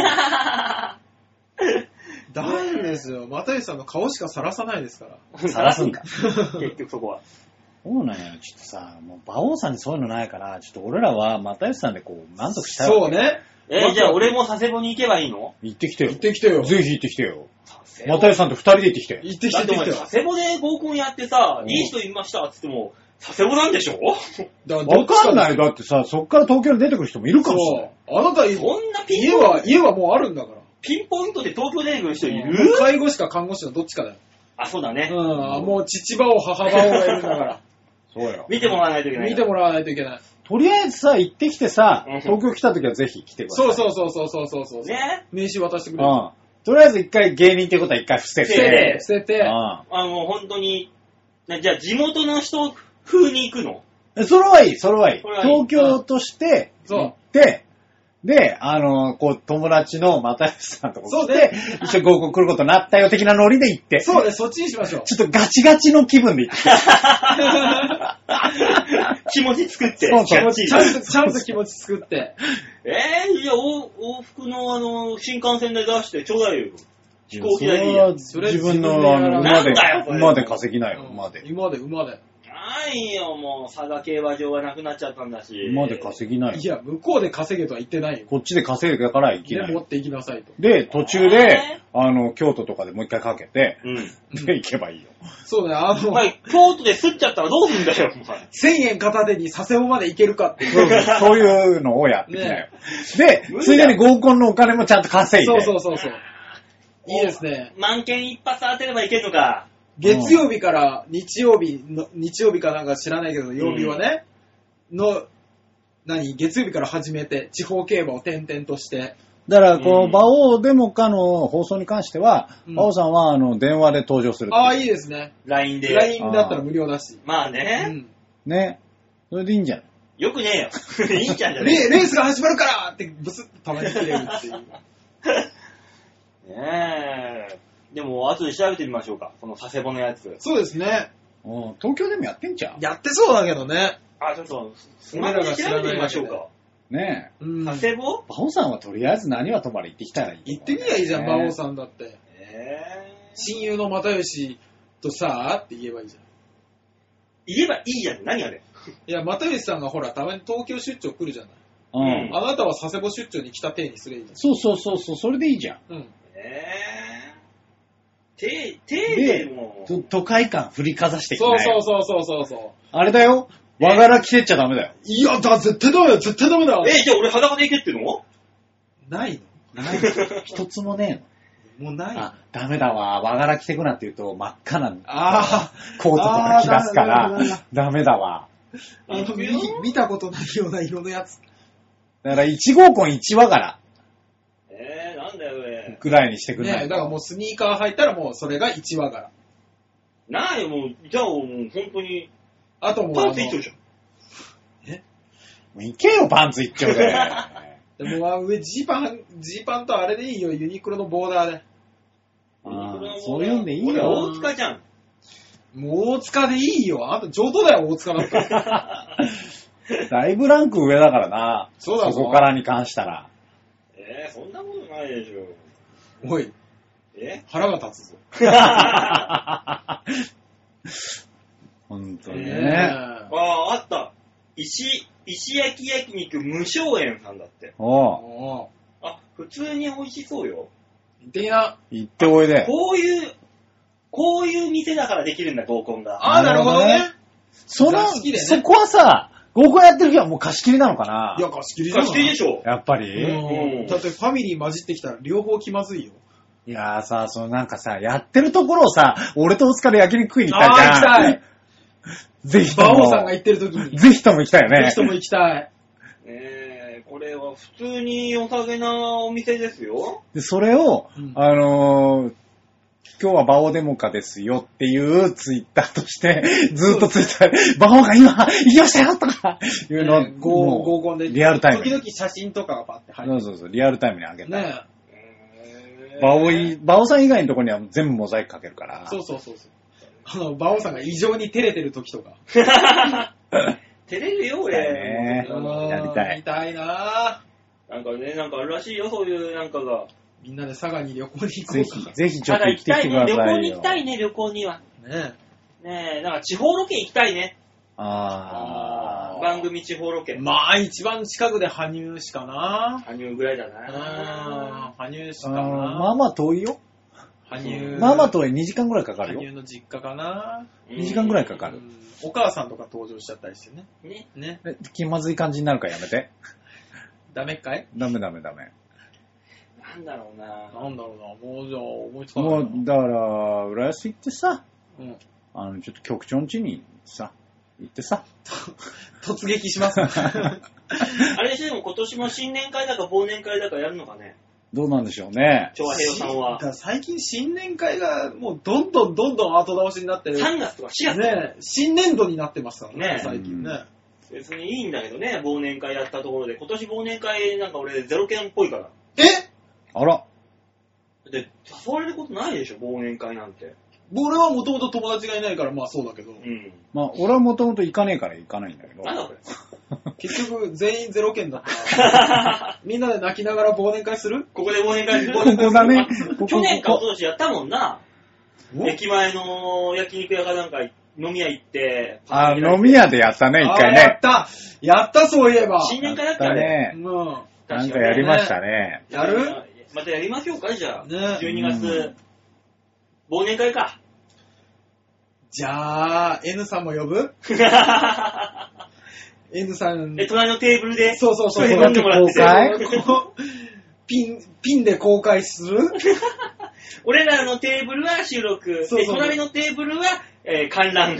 C: え。大丈夫ですよ。又吉さんの顔しかさらさないですから。
B: さらすんか。結局そこは。
A: そうなんや。ちょっとさ、もう馬王さんにそういうのないから、ちょっと俺らは又吉さんでこう、満足したい
C: そうね。
B: じゃあ俺も佐世保に行けばいいの？
A: 行ってきてよ。
C: 行ってきてよ。
A: ぜひ行ってきてよ。又吉さんと二人で行ってきて。
C: 行ってきてよ。だって
B: 佐世保で合コンやってさ、いい人いましたって言っても、佐世保なんでしょ？
A: わかんない。だってさ、そっから東京に出てくる人もいるかもしれない。
C: あなた、
B: そんなピンポイント
C: 家はもうあるんだから。
B: ピンポイントで東京出てくる人いる？
C: 介護士か看護師のどっちかだよ。
B: あ、そうだね。
C: もう父母を母母をがいるんだから。
A: そうよ。
B: 見てもらわないといけない。
C: 見てもらわないといけない。
A: とりあえずさ、行ってきてさ、東京来た時はぜひ来てください。
C: そう。ね。名刺渡してくれる。
A: とりあえず一回芸人ってことは一回伏せて。
C: 捨てて。
B: もう本当に、じゃあ地元の人風に行くの？
A: それはいい。東京として行って、で、こう、友達の又吉さんとこ来て、一緒に合コン来ることになったよ的なノリで行って。
C: そうです、そっちにしましょう。
A: ちょっとガチガチの気分で行って。
B: 気持ち作って。
C: そう、ちゃんと気持ち作って。
B: いや、往復の新幹線で出してちょうだいよ。飛行機代で。
A: それは自分の馬で稼ぎないよ、馬で。
C: 馬で。
B: ないよ、もう、佐賀競馬場がなくなっちゃったんだし。
A: 馬で稼ぎないよ。
C: いや、向こうで稼げとは言ってないよ。
A: こっちで稼いでから行けない。
C: で、持って行きなさいと。
A: で、途中で、京都とかでもう一回かけて、で、行けばいいよ。
C: そうだよ、
B: 京都で吸っちゃったらどうするんだよ、
C: 1000円片手に佐世保まで行けるかっていう。
A: そういうのをやってきなよ。で、ついでに合コンのお金もちゃんと稼いで。
C: そう。いいですね。
B: 満券一発当てればいけるのか。
C: 月曜日から日曜日かなんか知らないけど、曜日はね、月曜日から始めて、地方競馬を転々として。
A: だから、馬王デモカの放送に関しては、馬王さんは、電話で登場する。
C: ああ、いいですね。
B: LINE で。
C: LINE だったら無料だし。
B: まあね。
A: ね。それでいいんじゃない
B: よくねえよ。いいんじゃんじゃね
C: え。レースが始まるからってブスッとたまに切れるっていう。
B: ねえ。でも、後で調べてみましょうか。この佐世保のやつ。
C: そうですね。
A: 東京でもやってんじゃん。
C: やってそうだけどね。
B: ちょっと、スマホで調べてみましょうか。
A: ね
B: え。佐世保？
A: 馬王さんはとりあえず何は泊まり行ってきたらいい。
C: 行ってみりゃいいじゃん、馬王さんだって。親友の又吉とさって言えばいいじゃん。
B: 言えばいいじゃん。何あれ。
C: いや、又吉さんがほら、たまに東京出張来るじゃない。あなたは佐世保出張に来た体にすればいいじゃん。
A: そう、それでいいじゃん。
B: でも
A: 都会感振りかざしてきてない。
C: そう。
A: あれだよ。和柄着てっちゃダメだよ。
C: いや、絶対ダメだよ。絶対ダメだよ。
B: じゃあ俺裸で行けっての？
C: ないの？
A: ない。一つもね
C: えの。もうない。
A: ダメだわ。和柄着てくなって言うと真っ赤なコートとか着出すから、ダメだわ。
C: 見たことないような色のやつ。
A: だから1合コン1和柄。
B: なんだよ、
A: ぐらいにしてくれない。
C: ね、だからもうスニーカー履いたらもうそれが1和柄。
B: ないよ、もう、じゃあもう本当に。
C: あともう。
B: パンツ一丁じゃん。
A: もういけよ、パンツ一丁で。
C: でも上ジーパンとあれでいいよ、ユニクロのボーダーで。
A: そういうんでいいよ。
B: 大塚じゃん。
C: もう大塚でいいよ。あと上等だよ、大塚だったら。
A: だいぶランク上だからな。
C: そうだぞ。
A: そこからに関したら。
B: そんなことないでしょ。
C: おい。腹が立つぞ。
A: 本当にね。
B: あった。石焼焼肉無償園さんだって。普通に美味しそうよ。
C: 行ってきな。
A: 行っておいで。
B: こういう店だからできるんだ、合コンが。
C: なるほどね。
A: そこはさ、合コンやってる日はもう貸し切りなのかな？
C: いや、貸し切り
B: でしょ。
A: やっぱり？
C: だってファミリー混じってきたら両方気まずいよ。
A: いやーさ、なんかさ、やってるところをさ、俺と大塚で焼肉食いに行ったじゃん。
C: 行きたい。
A: ぜひとも。
C: 馬王さんが行ってる時に。
A: ぜひとも行きたいよね。
C: ぜひとも行きたい。
B: これは普通に良さげなお店ですよ。
A: で、それを、 今日はバオデモカですよっていうツイッターとして、ずっとツイッターで、バオが今、行きましたよとかいうのを、
C: 合コンで、
A: リアルタイム。
C: 時々写真とかがパッて入
A: る。そう、リアルタイムに上げた。
C: ね
A: バオさん以外のところには全部モザイクかけるから。
C: そう。バオさんが異常に照れてる時とか。
B: 照れるよ、俺。
A: やりたい。
C: 見たいな
B: なんかね、なんかあるらしいよ、そういうなんかが。
C: みんなで佐賀に旅行に行こうか。
A: ぜひちょっと行ってきてくださいよ。
B: 旅行に行きたいね、旅行には。ねえ、なんか地方ロケ行きたいね。番組地方ロケ。
C: まあ、一番近くで羽生しかな。
B: 羽生ぐらいだな。
C: 羽生しかな。
A: まあまあ遠いよ。
C: 羽生。
A: まあまあ遠い。2時間ぐらいかかるよ。
C: 羽生の実家かな。
A: 2時間ぐらいかかる。
C: お母さんとか登場しちゃったりしてね。
A: ね。気まずい感じになるからやめて。
C: ダメかい？
A: ダメ。
B: なんだろうな。
C: もうじゃあ思いつかない。
A: もう、だから、浦安行ってさ、ちょっと局長ん家にさ、行ってさ。
C: 突撃します。
B: あれでしょ、でも今年も新年会だか忘年会だかやるのかね。
A: どうなんでしょうね。
B: 調和平和さんは。
C: 最近新年会がもうどんどん後倒しになってる。
B: 3月とか4月
C: ね、新年度になってますからね、最近ね。
B: 別にいいんだけどね、忘年会やったところで。今年忘年会なんか俺ゼロ件っぽいから。
A: あら。
B: で、誘われることないでしょ、忘年会なんて。
C: 俺はもともと友達がいないからまあそうだけど。
A: まあ俺はもともと行かねえから行かないんだけど。
B: なんだこれ。
C: 結局全員ゼロ件だったら。みんなで泣きながら忘年会する？
B: ここで忘年会する。
A: ここだね。
B: 去年か一昨年やったもんな。駅前の焼肉屋かなんか飲み屋行って。
A: 飲み屋でやったね、一回ね。
C: やったそういえば。
B: 新年会だったね。
A: なんかやりましたね。
C: やる？
B: またやりましょうか、じゃあ。
C: ね、
B: 12月。忘年会か。
C: じゃあ、N さんも呼ぶ？N さん。
B: 隣のテーブルで。
C: そう。
A: 飲んでもらって。
C: ピンで公開する？
B: 俺らのテーブルは収録。で、隣のテーブルは、観覧。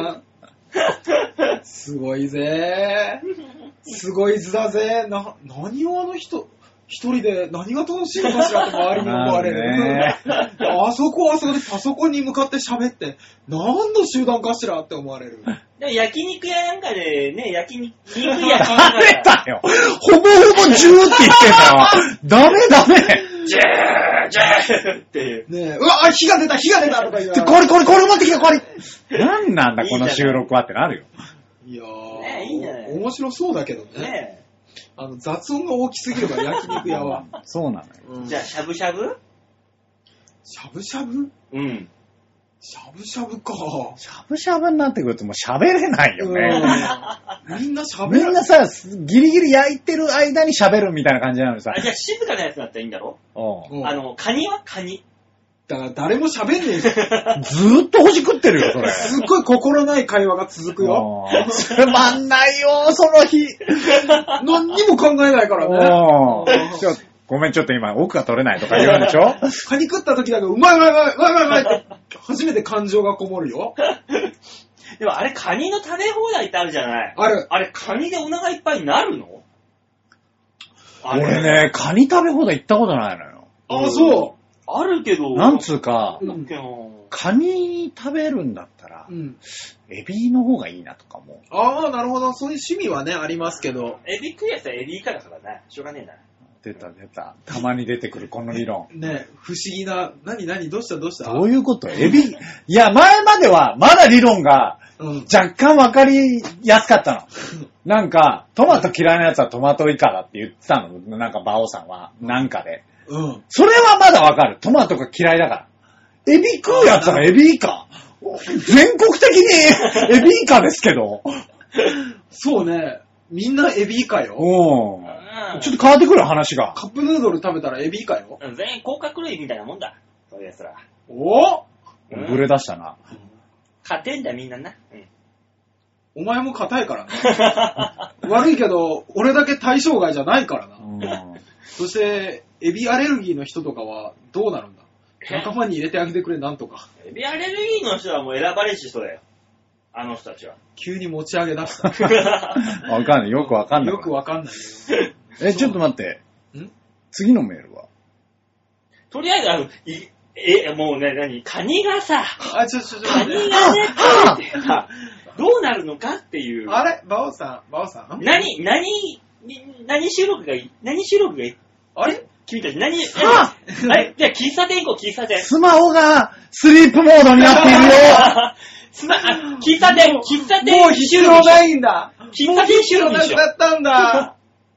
C: すごいぜ。すごい図だぜ。何をあの人、一人で何が楽しいのかしらって周りに思われる。あそこでパソコンに向かって喋って、何の集団かしらって思われる。
B: でも焼肉屋なんかでね、焼肉屋。
A: ダメだよ。ほぼほぼジューって言ってんだよ。ダメ。
B: ジューっていう。
C: ねえ、うわ、火が出たとか言う。
A: これ持ってきて、これ。なんなんだ、この収録はってなるよ。
C: いや
B: ー、いいんじゃない？
C: 面白そうだけどね。雑音が大きすぎるから、焼肉屋は。
A: そうなのよ。
B: じゃあ、しゃぶしゃぶ？
C: しゃぶしゃぶ？
B: うん。
C: しゃぶしゃぶか。
A: しゃぶしゃぶになってくるともう喋れないよね。
C: みんな喋る。
A: みんなさ、ギリギリ焼いてる間に喋るみたいな感じなのにさ。
B: じゃあ静かなやつだったらいいんだろ？カニはカニ。
C: だから誰も喋んねえじゃん。
A: ずーっとほじくってるよ、それ。
C: すっごい心ない会話が続くよ。
A: つまんないよ、その日。
C: 何にも考えないからね。
A: ごめん、ちょっと今、奥が取れないとか言うんでしょ？
C: カニ食った時だけうまいって初めて感情がこもるよ。
B: でもあれカニの食べ放題ってあるじゃない？
C: ある。
B: あれカニでお腹いっぱいになるの？
A: 俺ね、カニ食べ放題行ったことないのよ。
C: あ、そう。
B: あるけど。
A: なんつうか、カニ食べるんだったら、エビの方がいいなとかも。
C: ああ、なるほど。そういう趣味はね、ありますけど。
B: エビ食うやつはエビ以下だからね。しょうがねえな。
A: 出た。たまに出てくる、この理論。
C: ね、不思議な、何どうした
A: どういうことエビ、いや、前までは、まだ理論が、若干わかりやすかったの。なんか、トマト嫌いなやつはトマト以下だって言ってたの。なんか、バオさんは。なんかで。それはまだわかる。トマトが嫌いだから。エビ食うやつはエビ以下。全国的にエビ以下ですけど。
C: そうね。みんなエビ以下よ。
A: ちょっと変わってくる話が。
C: カップヌードル食べたらエビ以下よ。
B: 全員甲殻類みたいなもんだ。そういうやつら。
A: ブレ出したな。
B: 勝てんだみんなな。
C: お前も硬いからな。悪いけど、俺だけ対象外じゃないからな。そして、エビアレルギーの人とかはどうなるんだ？仲間に入れてあげてくれ、なんとか。
B: エビアレルギーの人はもう選ばれし人だよ。あの人たちは。
C: 急に持ち上げ出した。
A: わかんない。よくわかんない。
C: よくわかんない。
A: ちょっと待って。次のメールは
B: とりあえず、 もうね、カニがさ、
C: カニ
B: がね、食べてさ、どうなるのかっていう。
C: あれバオさん
B: 何収録がいい
C: あれ
B: 君たちあれじゃあ喫茶店行こう、喫茶店。
A: スマホがスリープモードになっているよ
B: 喫茶店
C: もう必要ないんだ。
B: 喫茶店収録にしよう。
C: もう必要なくなったんだ。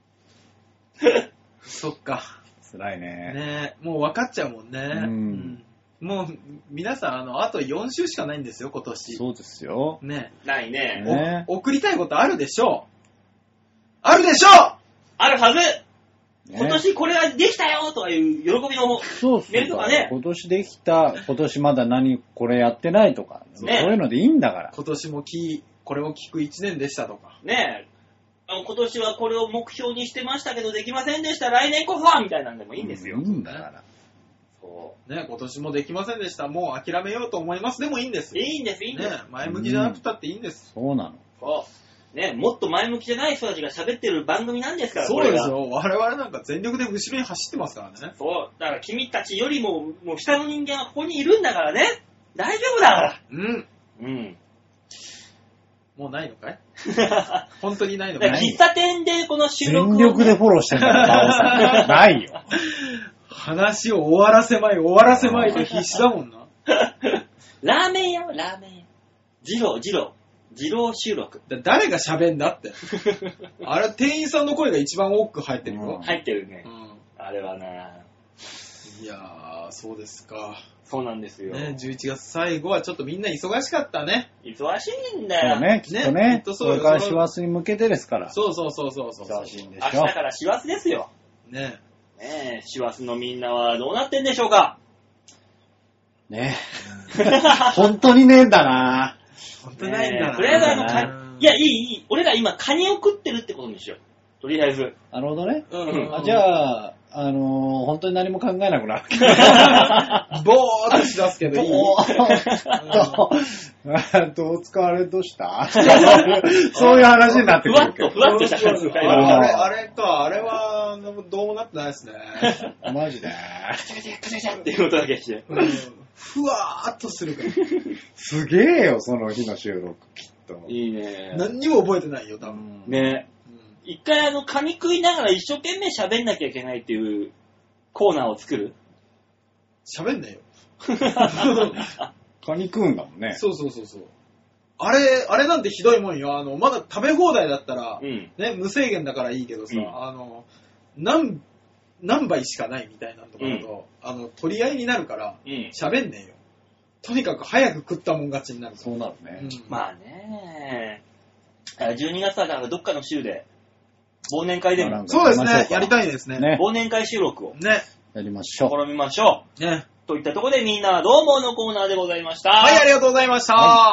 C: そっか。
A: 辛いね。
C: ねもう分かっちゃうもんね。もう、皆さん、あと4週しかないんですよ、今年。
A: そうですよ。
C: ね
B: ないね。
C: 送りたいことあるでしょう。あるでしょう
B: あるはず。今年これができたよとかいう喜びのメールとかね。
A: 今年できた、今年まだこれやってないとか、そういうのでいいんだから。
C: 今年もこれを聞く1年でしたとか。
B: ね今年はこれを目標にしてましたけどできませんでした。来年こそはみたいなんでもいいんですよ。
A: いいんだから。
C: そうね、今年もできませんでした。もう諦めようと思います。でもいいんです。
B: いいんです。
C: ね、前向きじゃなくたっていいんです。
A: そうなの。
B: そう。ね、もっと前向きじゃない人たちが喋ってる番組なんですから、
C: そうですよ。我々なんか全力で後ろに走ってますからね。
B: そう。だから君たちよりも、もう下の人間はここにいるんだからね。大丈夫だから。
C: もうないのかい本当にないのかい
B: 喫茶店でこの収録を、
A: 全力でフォローしてんだから、バオさん。ないよ。
C: 話を終わらせまいと必死だもんな。
B: ラーメン屋。二郎収録。
C: 誰が喋んだって。あれ、店員さんの声が一番多く入ってるよ。
B: 入ってるね。あれはな。
C: いやー、そうですか。
B: そうなんですよ。
C: ね、11月最後はちょっとみんな忙しかったね。
B: 忙しいんだよ。
A: そうね、きっとね。これから師走に向けてですから。
C: そう。
A: 忙しいんでしょ。
B: 明日から師走ですよ。
C: ね
B: え、師走のみんなはどうなってんでしょうか。
A: ね本当にねえんだな。
C: 本当にないんだな。
B: とりあえずいや、いい。俺ら今カニを食ってるってことにしよう。とりあえず。
A: なるほどね。じゃあ、本当に何も考えなくなる。
C: ぼーっとしだすけどいい
A: お疲れどうしたそういう話になってくるけど。
B: ふわっとした感じ。
C: あれは、どうもなってないですね。
A: マジで。
B: カチャっていう音だけして。
C: ふわーっとするから。
A: すげえよ、その日の収録、きっと。
B: いいね。
C: 何にも覚えてないよ、多分。
B: ね。一回カニ食いながら一生懸命喋んなきゃいけないっていうコーナーを作る？
C: 喋んねえよ。
A: カニ食うんだもんね。
C: そう。あれなんてひどいもんよ。まだ食べ放題だったら、ね、無制限だからいいけどさ、何杯しかないみたいなところと、取り合いになるから、喋んねえよ。とにかく早く食ったもん勝ちになるから。
A: そうなるね。
B: まあね。12月だからどっかの週で、忘年会でも。
C: そうですね。やりたいですね。
B: 忘年会収録を。
C: ね。
A: やりましょう。
B: 試みましょう。
C: ね。
B: といったところでみんなどうものコーナーでございました。
C: はい、ありがとうございました。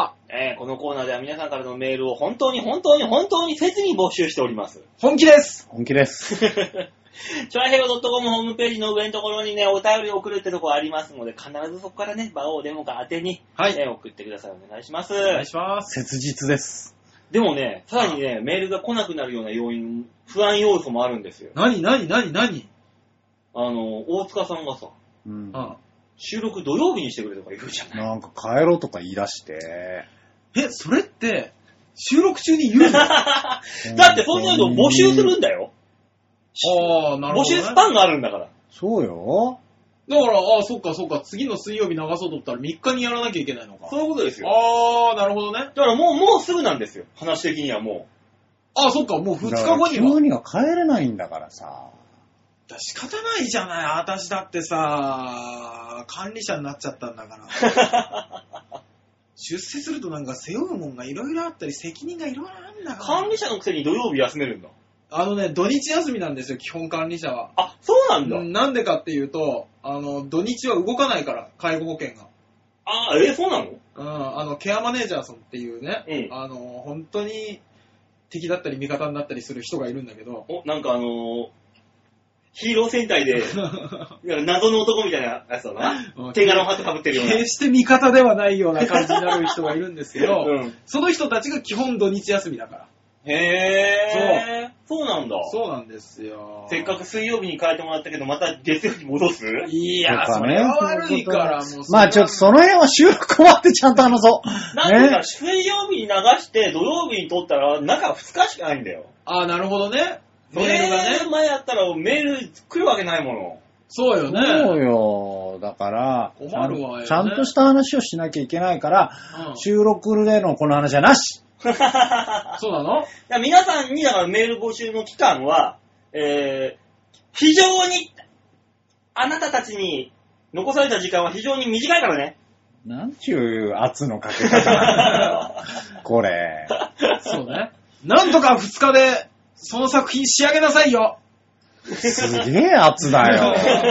B: このコーナーでは皆さんからのメールを本当に切に募集しております。
C: 本気です。
B: チョアヘヨ .com ホームページの上のところにね、お便りを送るってとこありますので、必ずそこからね、場をデモか宛てに、送ってください。お願いします。
C: お願いします。
A: 切実です。
B: でもね、さらにね、メールが来なくなるような要因、不安要素もあるんですよ。
C: 何
B: 大塚さんがさ、収録土曜日にしてくれとか言うじゃない。
A: なんか帰ろうとか言い出して。
C: それって、収録中に言うの
B: だってそういうのを募集するんだよ。
C: なるほど、ね。
B: 募集スパンがあるんだから。
A: そうよ。
C: だから、そっか、次の水曜日流そうと思ったら3日にやらなきゃいけないのか。
B: そういうことですよ。
C: なるほどね。
B: だからもうすぐなんですよ。話的にはも
C: う。そっか、もう2日後には。
A: 急には帰れないんだからさ。
C: 仕方ないじゃない。私だってさ、管理者になっちゃったんだから。出世するとなんか背負うもんがいろいろあったり、責任がいろいろあるんだから。
B: 管理者のくせに土曜日休めるんだ。
C: 土日休みなんですよ、基本管理者は。
B: そうなんだ。
C: なんでかっていうと、土日は動かないから、介護保険が。
B: そうなの？
C: ケアマネージャーさんっていうね、本当に敵だったり味方になったりする人がいるんだけど。
B: なんかヒーロー戦隊で、謎の男みたいなやつだな。天下のハット被ってるような。
C: 決して味方ではないような感じになる人がいるんですけど、その人たちが基本土日休みだから。
B: へぇー。そうなんだ。
C: そうなんですよ。
B: せっかく水曜日に変えてもらったけど、また月曜日に戻す？
C: いや、それは悪いから、もう。
A: まあちょっとその辺は収録終わってちゃんと話そう。
B: なんでか、水曜日に流して土曜日に撮ったら中2日しかないんだよ。
C: ああ、なるほどね。
B: メールがね。前やったらメール来るわけないもの。
C: そうよね。
A: そうよ。だから、
C: 困るわよ、ね。
A: ちゃんとした話をしなきゃいけないから、収録でのこの話はなし。
C: そうなの？
B: 皆さんにだからメール募集の期間は、非常に、あなたたちに残された時間は非常に短いからね。
A: なんちゅう圧のかけ方なんだよ。これ。
C: そうね。なんとか2日で、その作品仕上げなさいよ。
A: すげえ圧だよ。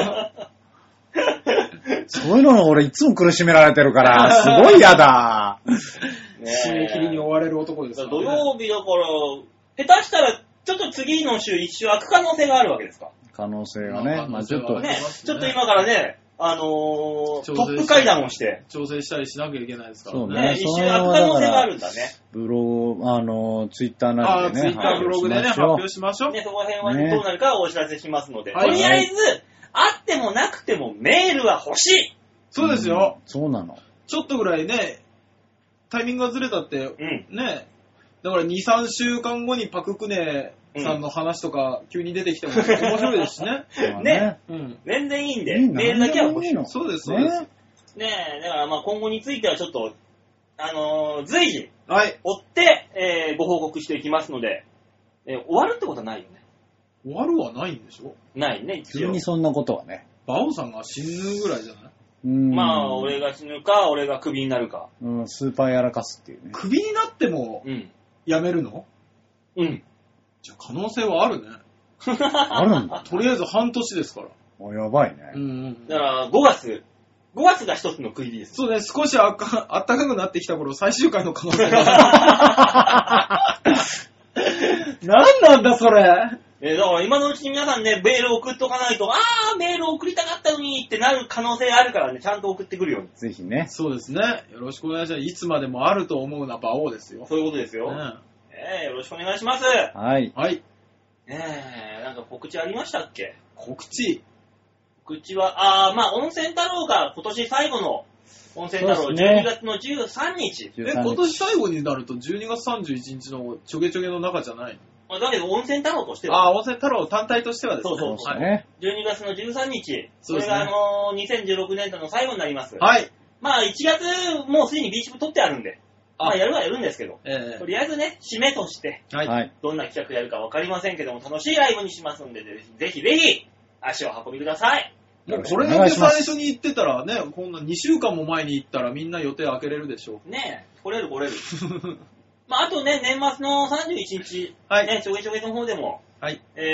A: そういうの俺いつも苦しめられてるから、すごい嫌だ。
C: 締め切りに追われる男ですから、ね。
B: 土曜日だから、下手したらちょっと次の週一週空く可能性があるわけですか？
A: 可能性がね。まあちょっと
B: ね、ちょっと今からね、トップ会談をして。
C: 調整したりしなきゃいけないですから
A: ね。そうね。
B: 一週空く可能性があるんだね。
A: ブログ、ツイッターなりでね。
C: ツイッターブログでね、発表しましょう。
B: ね、そこら辺はどうなるかお知らせしますので。とりあえず、あってもなくてもメールは欲しい。
C: そうですよ。
A: そうなの。
C: ちょっとぐらいね、タイミングがずれたって、ね、だから2、3週間後にパククネさんの話とか急に出てきても面白いですしね。
B: ね、全然いいんで、メールだけは欲しいの。
C: そうです、そうです。
B: ねえ、だからまあ今後についてはちょっと、随時、追って、ご報告していきますので、終わるってことはないよね。
C: 終わるはないんでしょ？
B: ないね、
A: 一応。急にそんなことはね。
C: バオさんが死ぬぐらいじゃない？
B: まあ、俺が死ぬか、俺がクビになるか。
A: スーパーやらかすっていうね。
C: クビになっても、辞めるの？
B: うん。
C: じゃあ可能性はあるね。
A: あるんだ。
C: とりあえず半年ですから。
A: やばいね。
B: だから5月が一つの区切りです。
C: そうね、少しあったかくなってきた頃、最終回の可能性が。何なんだそれ。
B: だから今のうちに皆さんね、メール送っとかないと、メール送りたかったのにってなる可能性あるからね、ちゃんと送ってくるように。
A: ぜひね。
C: そうですね。よろしくお願いします。いつまでもあると思うな、馬王ですよ。
B: そういうことですよ。よろしくお願いします。
A: はい。
C: はい。
B: なんか告知ありましたっけ？
C: 告知
B: は、まあ、温泉太郎が今年最後の温泉太郎、12月の13日。
C: 今年最後になると12月31日のちょげちょげの中じゃない
B: の？だけど温泉太郎としては。
C: 温泉太郎単体としてはですね。
B: そう。12月の13日。それが2016年度の最後になります。
C: はい。
B: まあ、1月、もうすでにビーチ部取ってあるんで。まあ、やるはやるんですけど。とりあえずね、締めとして。
C: はい。
B: どんな企画やるかわかりませんけども、楽しいライブにしますんで、ぜひぜひ、足を運びください。
C: もうこれだけ最初に言ってたらね、こんな2週間も前に行ったらみんな予定開けれるでしょう。
B: ねえ、来れる。まあ、あとね、年末の31日、ね、ちょげちょげの方でも、我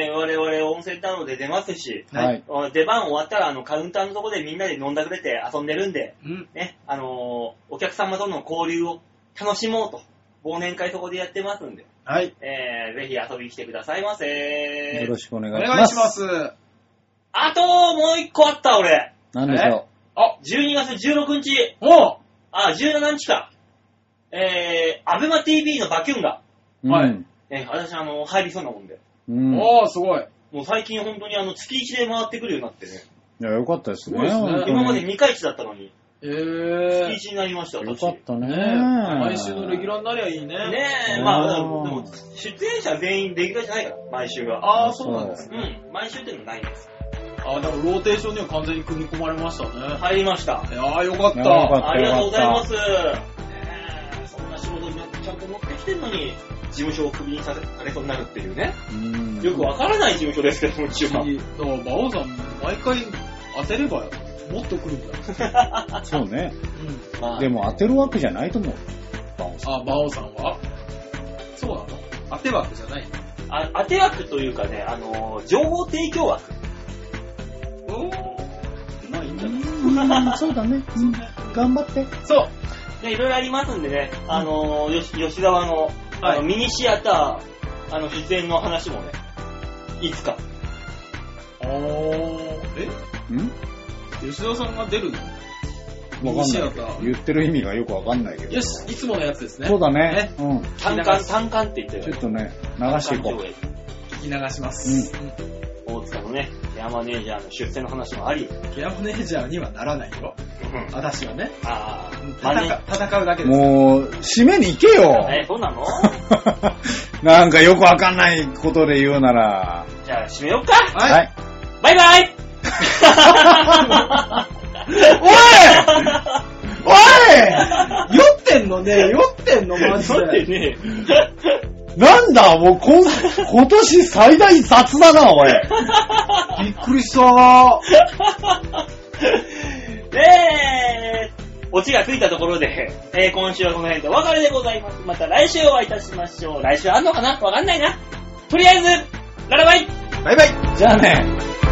B: 々温泉太郎で出ますし、出番終わったらカウンターのところでみんなで飲んだくれて遊んでるんで、ね、お客様との交流を楽しもうと、忘年会そこでやってますんで、ぜひ遊びに来てくださいませ。
A: よろしくお願いします。お願いします。
B: あと、もう一個あった、俺。
A: 何でしょう。
B: 12月16日。17日か。アベマ TV のバキュンが。私、入りそうなもんで。
C: すごい。
B: もう最近本当に月1で回ってくるようになってね。
A: いや、よかったですね。
B: 今まで2回1だったのに。月1になりました、
A: よかったね。
C: 毎週のレギュラーになりゃいいね。
B: まあ、でも、出演者全員レギュラーじゃないから、毎週が。
C: そうなんです
B: ね。毎週っていうのないんです。
C: だからローテーションには完全に組み込まれましたね。
B: 入りました。
C: よかった。
B: ありがとうございます。そんな仕事にちゃんと持ってきてるのに、事務所をクビにされそうになるっていうね。よくわからない事務所ですけども、一応。だから、
C: 馬王さん、毎回当てればもっと来るんだ。
A: そうね。でも当てるわけじゃないと思う。
C: 馬王さんはそうなの？当て枠じゃない
B: の？当て枠というかね、情報提供枠。
C: まあいいんじゃない？
A: そうだね。頑張って。
B: そう。いろいろありますんでね、吉沢の、ミニシアター、出演の話もね、いつか。
C: 吉沢さんが出るの？
A: わかんない。言ってる意味がよくわかんないけど。
C: よし、いつものやつですね。
A: そうだね。
B: うん。単管って言ってる。
A: ちょっとね、流していこう。
C: 聞き流します。
B: 大塚のね、ケアマネージャーの出世の話もあり。
C: ケアマネージャーにはならないよ。私はね。
B: あ
C: あ。戦うだけです。
A: もう、締めに行けよ。
B: そうなの
A: なんかよくわかんないことで言うなら。
B: じゃあ締めようか。
A: はい。
B: バイバイ
A: おい
C: 酔ってんのね、酔ってんのマジで。
B: 酔ってね
A: なんだ、もう今年最大雑だな、おい。
C: びっくりしたー。
B: オチがついたところで、今週はこの辺でお別れでございます。また来週お会いいたしましょう。来週あんのかなわかんないな。とりあえず、ララバイ
C: バイバイ。
A: じゃあね。